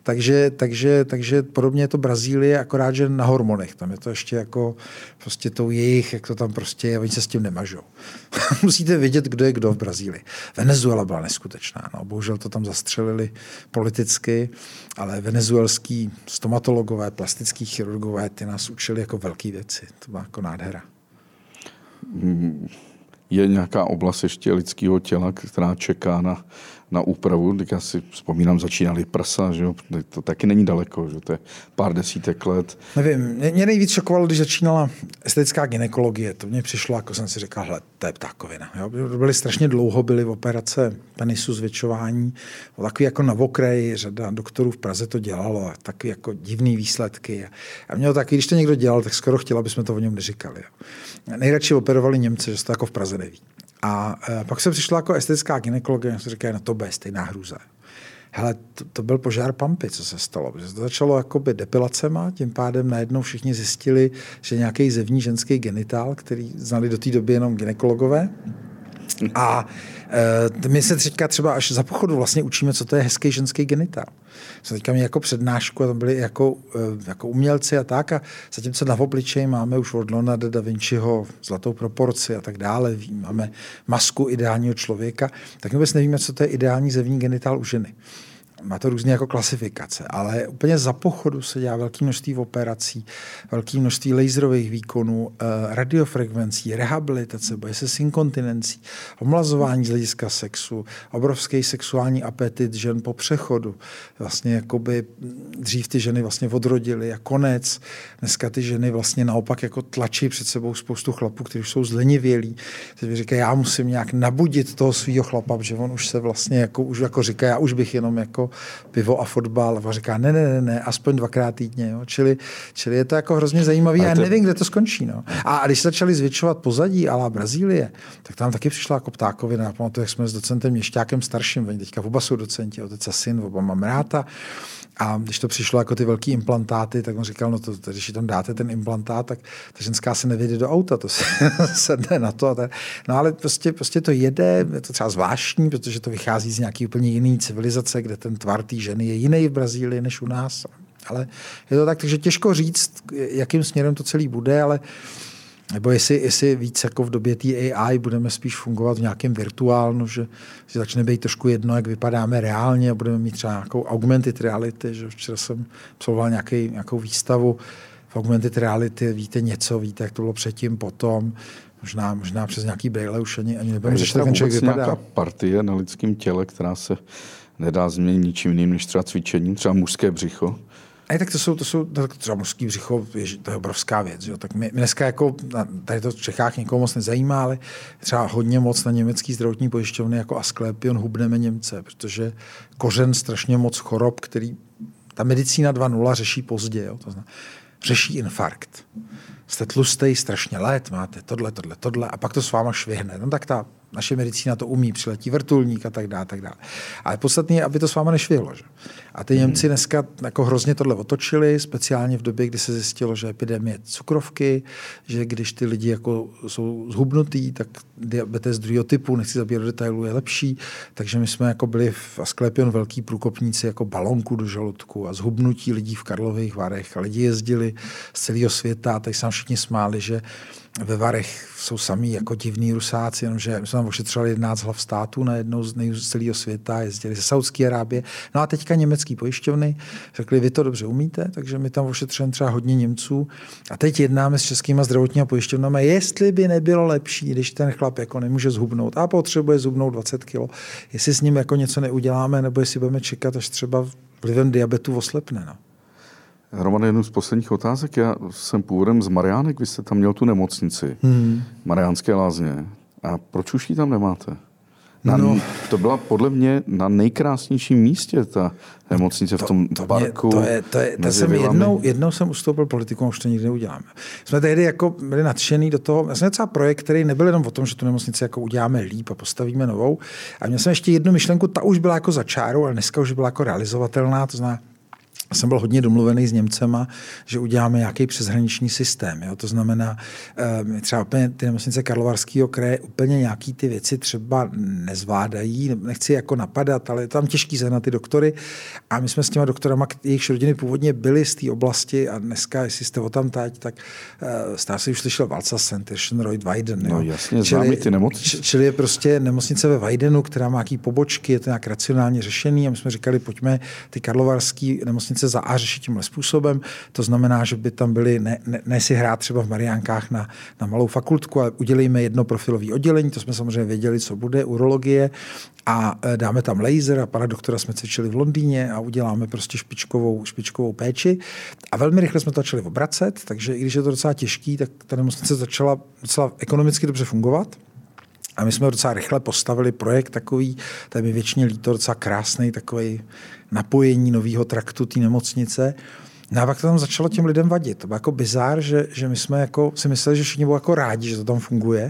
[SPEAKER 2] Takže podobně je to Brazílie, akorát, že na hormonech. Tam je to ještě jako prostě tou jejich, jak to tam prostě je, oni se s tím nemažou. Musíte vidět, kdo je kdo v Brazílii. Venezuela byla neskutečná. No. Bohužel to tam zastřelili politicky, ale venezuelský stomatologové, plastický chirurgové, ty nás učili jako velké věci. To byla jako nádhera.
[SPEAKER 1] Je nějaká oblast ještě lidského těla, která čeká na úpravu? Tak já si vzpomínám, začínali prsa, že jo? To taky není daleko, že to je pár desítek let.
[SPEAKER 2] Nevím, mě nejvíc šokovalo, když začínala estetická gynekologie. To mě přišlo, jako jsem si říkal, hele, to je ptákovina. Jo? Byly strašně dlouho, byly operace penisu, zvětšování, takový jako na okraji, řada doktorů v Praze to dělalo, takový jako divný výsledky. A mělo taky, když to někdo dělal, tak skoro chtěl, aby jsme to o něm neříkali. Jo? Nejradši operovali Němci, že se to jako v Praze neví. A pak se přišla jako estetická gynekologie a se říká, no to bude stejná hrůza. Hele, to byl požár pampy, co se stalo. Protože to začalo jakoby depilacema, tím pádem najednou všichni zjistili, že nějaký zevní ženský genitál, který znali do té doby jenom gynekologové. A my se teďka třeba až za pochodu vlastně učíme, co to je hezký ženský genitál. Jsme teďka měli jako přednášku a tam byli jako umělci a tak. A zatímco na obličeji máme už od Leonarda da Vinciho zlatou proporci a tak dále, máme masku ideálního člověka, tak vůbec nevíme, co to je ideální zevní genitál u ženy. Má to různé jako klasifikace, ale úplně za pochodu se dělá velké množství operací, velké množství laserových výkonů, radiofrekvencí, rehabilitace, boje se s inkontinencí, omlazování z hlediska sexu, obrovský sexuální apetit žen po přechodu. Vlastně jakoby dřív ty ženy vlastně odrodily a konec. Dneska ty ženy vlastně naopak jako tlačí před sebou spoustu chlapů, kteří jsou zlenivělí. Teď říkají, já musím nějak nabudit toho svýho chlapa, že on už se vlastně už říká, já už bych jenom jako pivo a fotbal. A říká, ne, aspoň 2krát týdně. Jo. Čili je to jako hrozně zajímavý. Já nevím, kde to skončí. No. A když začali zvětšovat pozadí a la Brazílie, tak tam taky přišla jako ptákovina. Já pamatuju, jak jsme s docentem Měšťákem starším, oni teďka oba jsou docenti, otec a syn, oba mám ráta. A když to přišlo jako ty velký implantáty, tak on říkal, no to, když tam dáte ten implantát, tak ta ženská se nevěde do auta, to se sedne na to. No ale prostě to jede, je to třeba zvláštní, protože to vychází z nějaký úplně jiný civilizace, kde ten tvar té ženy je jiný v Brazílii než u nás. Ale je to tak, takže těžko říct, jakým směrem to celý bude, ale Nebo jestli víc jako v době té AI budeme spíš fungovat v nějakém virtuálnu, že začne být trošku jedno, jak vypadáme reálně a budeme mít třeba nějakou augmented reality. Že včera jsem absolvoval nějakou výstavu v augmented reality, víte něco, víte, jak to bylo předtím, potom. Možná přes nějaký brejle už ani nebudeme řešit, jak ten člověk vypadá.
[SPEAKER 1] Nějaká partie na lidském těle, která se nedá změnit ničím jiným, než třeba cvičením, třeba mužské břicho?
[SPEAKER 2] Tak to jsou třeba mužský břicho, to je obrovská věc. Jo? Tak my dneska jako, tady to v Čechách někoho moc nezajímá, ale třeba hodně moc na německý zdravotní pojišťovny jako Asklepion hubneme Němce, protože kořen strašně moc chorob, který ta medicína 2.0 řeší pozdě. Jo? To znamená, řeší infarkt. Jste tlustej strašně let, máte tohle a pak to s váma švihne. No tak ta naše medicína to umí, přiletí vrtulník a tak dále. Ale podstatné je, aby to s váma nešvihlo. Že? A ty Němci dneska jako hrozně tohle otočili, speciálně v době, kdy se zjistilo, že epidemie cukrovky, že když ty lidi jako jsou zhubnutý, tak diabetes druhého typu, nechci zabírat do detailů, je lepší. Takže my jsme jako byli v Asklepion velký průkopníci jako balonku do žaludku a zhubnutí lidí v Karlových Varech. A lidi jezdili z celého světa, tady se nám všichni smáli, že ve Varech jsou samý jako divný Rusáci, jenomže my jsme tam ošetřovali 11 hlav států na jednou z celého světa, jezdili ze Saudské Arábie. No a teďka německý pojišťovny řekli, vy to dobře umíte, takže my tam ošetřujeme třeba hodně Němců. A teď jednáme s českýma zdravotními pojišťovnami, jestli by nebylo lepší, když ten chlap jako nemůže zhubnout a potřebuje zhubnout 20 kilo, jestli s ním jako něco neuděláme, nebo jestli budeme čekat, až třeba vlivem diabetu oslepne. No.
[SPEAKER 1] Romane, jednu z posledních otázek. Já jsem původem z Mariánek, vy jste tam měl tu nemocnici, Mariánské Lázně. A proč už ji tam nemáte? To byla podle mě na nejkrásnějším místě ta nemocnice v tom parku.
[SPEAKER 2] Jednou jsem ustoupil politiku a už to nikdy neuděláme. Jsme tehdy jako byli nadšený do toho. Já jsem třeba projekt, který nebyl jenom o tom, že tu nemocnici jako uděláme líp a postavíme novou. A měl jsem ještě jednu myšlenku, ta už byla jako za čárou, ale dneska už byla jako realizovatelná, to znamená, jsem byl hodně domluvený s Němcema, že uděláme nějaký přeshraniční systém. Jo? To znamená, třeba úplně ty nemocnice Karlovarského kraje úplně nějaký ty věci třeba nezvládají, nechci jako napadat, ale je tam těžký sehnat ty doktory. A my jsme s těma doktorama, jejichž rodiny původně byly z té oblasti a dneska, jestli jste o tam teď, tak stále si už slyšel Valcasen, Tirschenreuth, Weiden.
[SPEAKER 1] No jasně, známe ty nemocnice.
[SPEAKER 2] Čili je prostě nemocnice ve Weidenu, která má nějaký pobočky, je to nějak racionálně řešený a my jsme říkali, pojďme ty karlovarský nemocnice za A řešit tímhle způsobem. To znamená, že by tam byli, ne si hrát třeba v Mariánkách na malou fakultku, ale udělejme jedno profilové oddělení, to jsme samozřejmě věděli, co bude, urologie, a dáme tam laser a pana doktora jsme cvičili v Londýně a uděláme prostě špičkovou péči. A velmi rychle jsme to začali obracet, takže i když je to docela těžký, tak ta nemocnice začala docela ekonomicky dobře fungovat. A my jsme docela rychle postavili projekt takový, to je mi věčně líto, docela krásný, takový napojení nového traktu té nemocnice. No a pak to tam začalo těm lidem vadit. To bylo jako bizár, že my jsme jako si mysleli, že všichni budou jako rádi, že to tam funguje.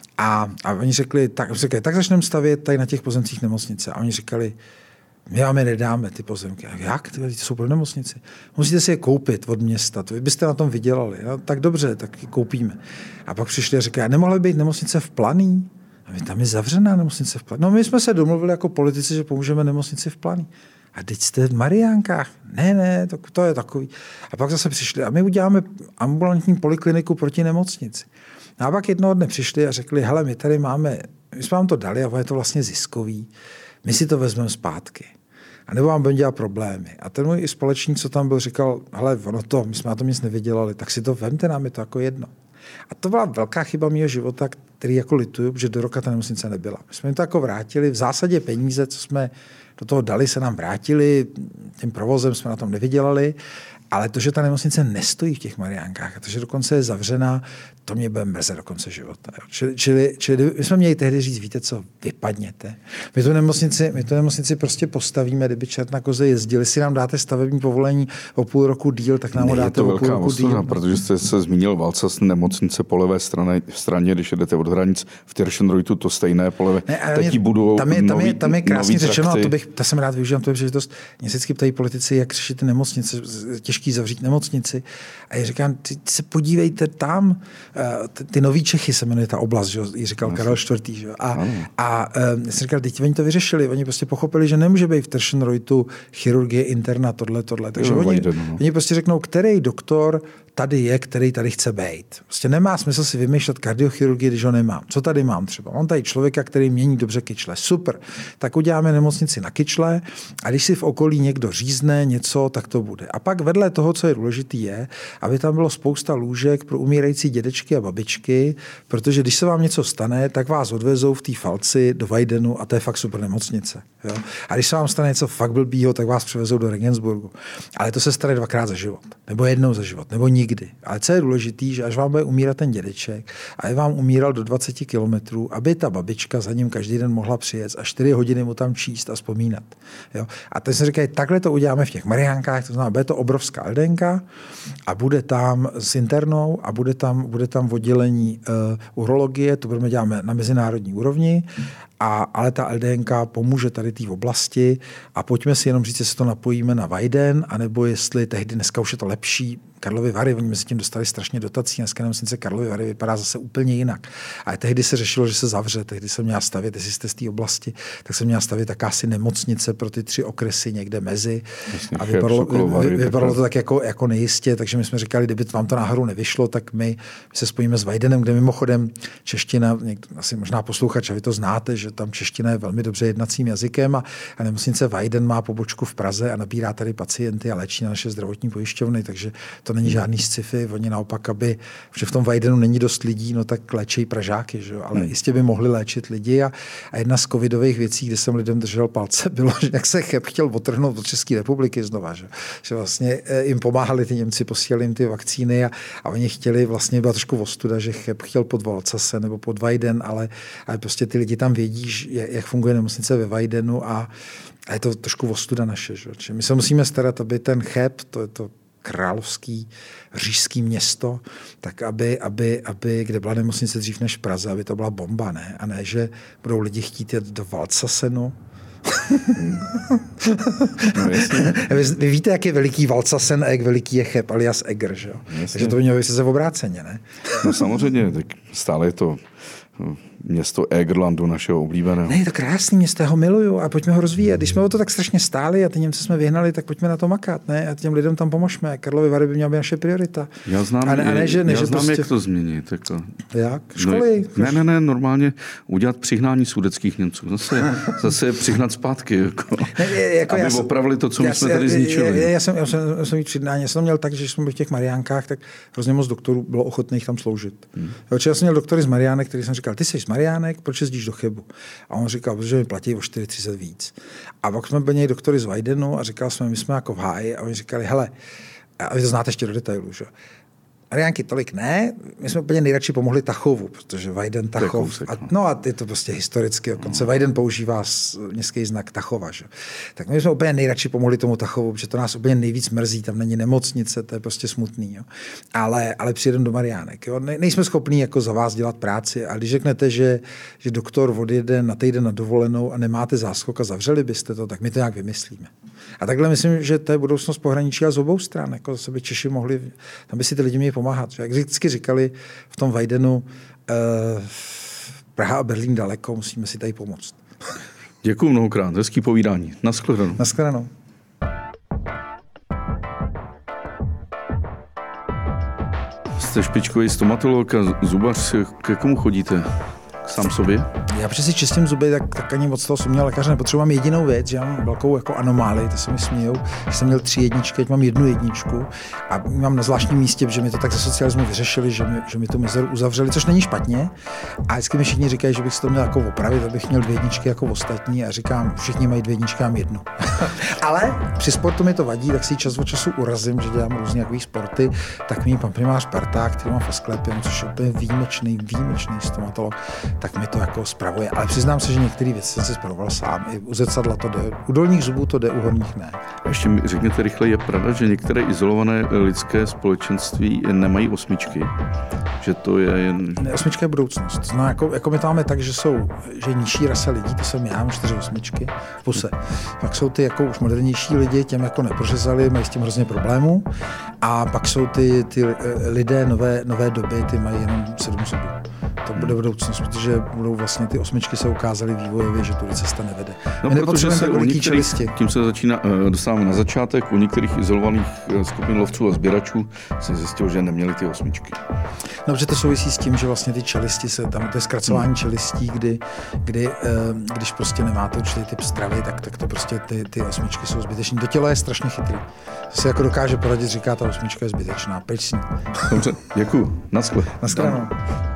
[SPEAKER 2] A oni řekli, tak začneme stavět tady na těch pozemcích nemocnice. A oni říkali, my vám je nedáme, ty pozemky. A jak? Ty jsou pro nemocnici. Musíte si je koupit od města, to vy byste na tom vydělali. No, tak dobře, tak je koupíme. A pak přišli a říkali, nemohla být nemocnice v Planý? A tam je zavřená nemocnice v Planý. No my jsme se domluvili jako politici, že pomůžeme nemocnici v Planý. A teď jste v Mariánkách. Ne, to je takový. A pak zase přišli a my uděláme ambulantní polikliniku proti nemocnici. No a pak jednoho dne přišli a řekli, hele, my jsme vám to dali a je to vlastně ziskový. My si to vezmeme zpátky. A nebo vám budeme dělat problémy. A ten můj společník, co tam byl, říkal, hele, my jsme na tom nic nevydělali, tak si to vemte, nám je to jako jedno. A to byla velká chyba mého života, který jako lituju, že do roka ta nemocnice nebyla. My jsme jim to jako vrátili, v zásadě peníze, co jsme do toho dali, se nám vrátili, tím provozem jsme na tom nevydělali, ale to, že ta nemocnice nestojí v těch Mariánkách a to, že dokonce je zavřená, to mě bude mrzet do konce života. Čili my jsme měli tehdy říct, víte co, vypadněte. My tu nemocnici prostě postavíme, kdyby čert na koze jezdili, si nám dáte stavební povolení o půl roku díl, tak nám ho dáte o půl roku díl.
[SPEAKER 1] Protože jste se zmínil Valcasen, nemocnice po levé straně, když jedete od hranic v Tirschenreuthu, to stejné po levé. Teď budou
[SPEAKER 2] tam je krásně řečeno, a to jsem rád využívám, to je příležitost. Mě vždycky ptají politici, jak řešit nemocnice, těžký zavřít nemocnici. A já říkám, se podívejte tam, ty Nový Čechy se jmenuje ta oblast, že ji říkal Karel IV. Že? A já jsem říkal, teď oni to vyřešili, oni prostě pochopili, že nemůže být v Tirschenreuthu chirurgie interna, tohle. Takže oni prostě řeknou, který doktor tady je, který tady chce být. Prostě nemá smysl si vymýšlet kardiochirurgii, když ho nemám. Co tady mám třeba? Mám tady člověka, který mění dobře kyčle. Super. Tak uděláme nemocnici na kyčle a když si v okolí někdo řízne něco, tak to bude. A pak vedle toho, co je důležitý, je, aby tam bylo spousta lůžek pro umírající dědečky a babičky, protože když se vám něco stane, tak vás odvezou v té Falci do Weidenu a to je fakt super nemocnice. Jo? A když se vám stane něco fakt blbýho, tak vás převezou do Regensburgu. Ale to se stane 2krát za život. Nebo jednou za život. Nebo nikdy. Ale co je důležité, že až vám bude umírat ten dědeček a je vám umíral do 20 kilometrů, aby ta babička za ním každý den mohla přijet a 4 hodiny mu tam číst a vzpomínat. Jo? A teď se říkají, takhle to uděláme v těch Mariánkách, to znamená, bude to obrovská LDNka a bude tam s internou a bude tam oddělení urologie, to budeme dělat na mezinárodní úrovni, ale ta LDNK pomůže tady té oblasti a pojďme si jenom říct, jestli to napojíme na Weiden, anebo jestli tehdy dneska už je to lepší. Karlovy Vary, oni mezi tím dostali strašně dotací, dneska nemocnice Karlovy Vary vypadá zase úplně jinak. A tehdy se řešilo, že se zavře, tehdy se měla stavět, jestli jste z té oblasti, tak se měla stavět jakási nemocnice pro ty 3 okresy někde mezi. Vlastně a vypadalo to tak jako nejistě, takže my jsme říkali, kdyby vám to náhodou nevyšlo, tak my se spojíme s Weidenem, kde mimochodem čeština, asi možná posluchač, a vy to znáte, že tam čeština je velmi dobře jednacím jazykem a nemocnice Weiden má pobočku v Praze a nabírá tady pacienty a léčí na naše zdravotní pojišťovny, takže to není žádný sci-fi, oni naopak, že v tom Weidenu není dost lidí, no tak léčí Pražáky, že jo? Ale jistě by mohli léčit lidi a jedna z covidových věcí, kde jsem lidem držel palce, bylo, že jak se Cheb chtěl odtrhnout od České republiky znova, že vlastně jim pomáhali ty Němci, posílali jim ty vakcíny a oni chtěli, vlastně byla trošku ostuda, že Cheb chtěl pod Valcase nebo pod Weiden, ale prostě ty lidi tam vědí, jak funguje nemocnice ve Weidenu a je to trošku ostuda naše, že? My se musíme starat, aby ten Cheb, to je to královský říšský město, tak aby, kde byla nemocnice dřív než v Praze, aby to byla bomba, ne? A ne, že budou lidi chtít jet do Valcasenu.
[SPEAKER 1] No,
[SPEAKER 2] vy víte, jak je veliký Valcasen a jak veliký je Cheb alias Eger, že jo? Takže to by mělo být se v obráceně, ne?
[SPEAKER 1] No samozřejmě, tak stále je to město Egerlandu, našeho oblíbeného.
[SPEAKER 2] Ne, je to krásný město, já ho miluju a pojďme ho rozvíjet. Když jsme o to tak strašně stáli a ty Němce jsme vyhnali, tak pojďme na to makat, ne? A těm lidem tam pomožme. Karlovy Vary by měla být naše priorita.
[SPEAKER 1] Já znám,
[SPEAKER 2] prostě...
[SPEAKER 1] jak to změnit. Jako...
[SPEAKER 2] Jak? Školy?
[SPEAKER 1] No, ne, normálně udělat přihnání sudetských Němců. Zase přihnat zpátky. Aby opravili to, co my jsme tady zničili.
[SPEAKER 2] Já jsem přihnání. Já jsem měl tak, že když jsme byli v těch Mariánkách, tak hrozně moc doktorů bylo ochotných tam sloužit. Já jsem měl doktory z Mariánek, který jsem říkal, ty jsi z Mariánek, proč jezdíš do Chebu? A on říkal, protože mi platí o 40 víc. A pak jsme byli doktory z Weidenu a říkal jsme, my jsme jako v háji a oni říkali, hele, a vy to znáte ještě do detailu, že? Mariánky tolik ne, my jsme úplně nejradši pomohli Tachovu, protože Weiden Tachov, a je to prostě historicky, dokonce Weiden používá městský znak Tachova, že? Tak my jsme úplně nejradši pomohli tomu Tachovu, protože to nás úplně nejvíc mrzí, tam není nemocnice, to je prostě smutný, jo? Ale přijedeme do Mariánek, jo? Nejsme schopní jako za vás dělat práci, a když řeknete, že doktor odjede na týden na dovolenou a nemáte záskok a zavřeli byste to, tak my to nějak vymyslíme. A takhle myslím, že to je budoucnost pohraničí a z obou stran, jako zase by Češi mohli, tam by si ty lidi měli pomáhat. Jak vždycky říkali v tom Weidenu, Praha a Berlín daleko, musíme si tady pomoct.
[SPEAKER 1] Děkuju mnohokrát, hezký povídání. Naschledanou.
[SPEAKER 2] Naschledanou.
[SPEAKER 1] Jste špičkový stomatolog a zubař, ke komu chodíte? Sám sobě?
[SPEAKER 2] Já protože si čistím zuby, tak ani moc toho suměl lékaře nepotřebuji. Mám jedinou věc, že mám velkou jako anomálii, to se mi smějou, že jsem měl 3 jedničky, teď mám 1 jedničku a mám na zvláštním místě, že mi to tak ze socialismu vyřešili, že mi tu mezeru uzavřeli, což není špatně. A vždycky mi všichni říkají, že bych si to měl jako opravit, abych měl 2 jedničky jako ostatní a říkám, všichni mají 2 jedničky, mám 1. Ale při sportu mi to vadí, tak si čas od času urazím, že dělám různé jaký sporty, tak mi pan primář Parták, který mám v Asklepě, což je úplně výjimečný stomatolog, tak mi to jako spravuje. Ale přiznám se, že některé věci jsem si spravoval sám. I u zrcadla to jde. U dolních zubů to jde, u horních ne.
[SPEAKER 1] Ještě mi řekněte rychle, je pravda, že některé izolované lidské společenství nemají 8? Že to je jen...
[SPEAKER 2] 8 je budoucnost. No, jako my to máme tak, že je nižší rasa lidí, to jsem já, mám 4 8 v puse. Pak jsou ty jako už modernější lidi, těm jako neprořezali, mají s tím hrozně problémů. A pak jsou ty lidé nové doby, ty mají jenom 7 zubů. to bude budoucnost, protože budou vlastně ty 8 se ukázaly vývojově, že tudy cesta nevede.
[SPEAKER 1] No, protože se u některých, tím se dostáváme na začátek, u některých izolovaných skupin lovců a sběračů se zjistilo, že neměli ty 8.
[SPEAKER 2] No, protože to souvisí s tím, že vlastně ty čelisti se tam, to je zkracování čelistí, když prostě nemáte určitý typ stravy, tak to prostě ty 8 jsou zbytečné. To tělo je strašně chytrý. To se jako dokáže poradit, říká, ta 8 je zbytečná, pryč s ní.
[SPEAKER 1] Dobře, děkuju. Naschle.
[SPEAKER 2] Naschledanou.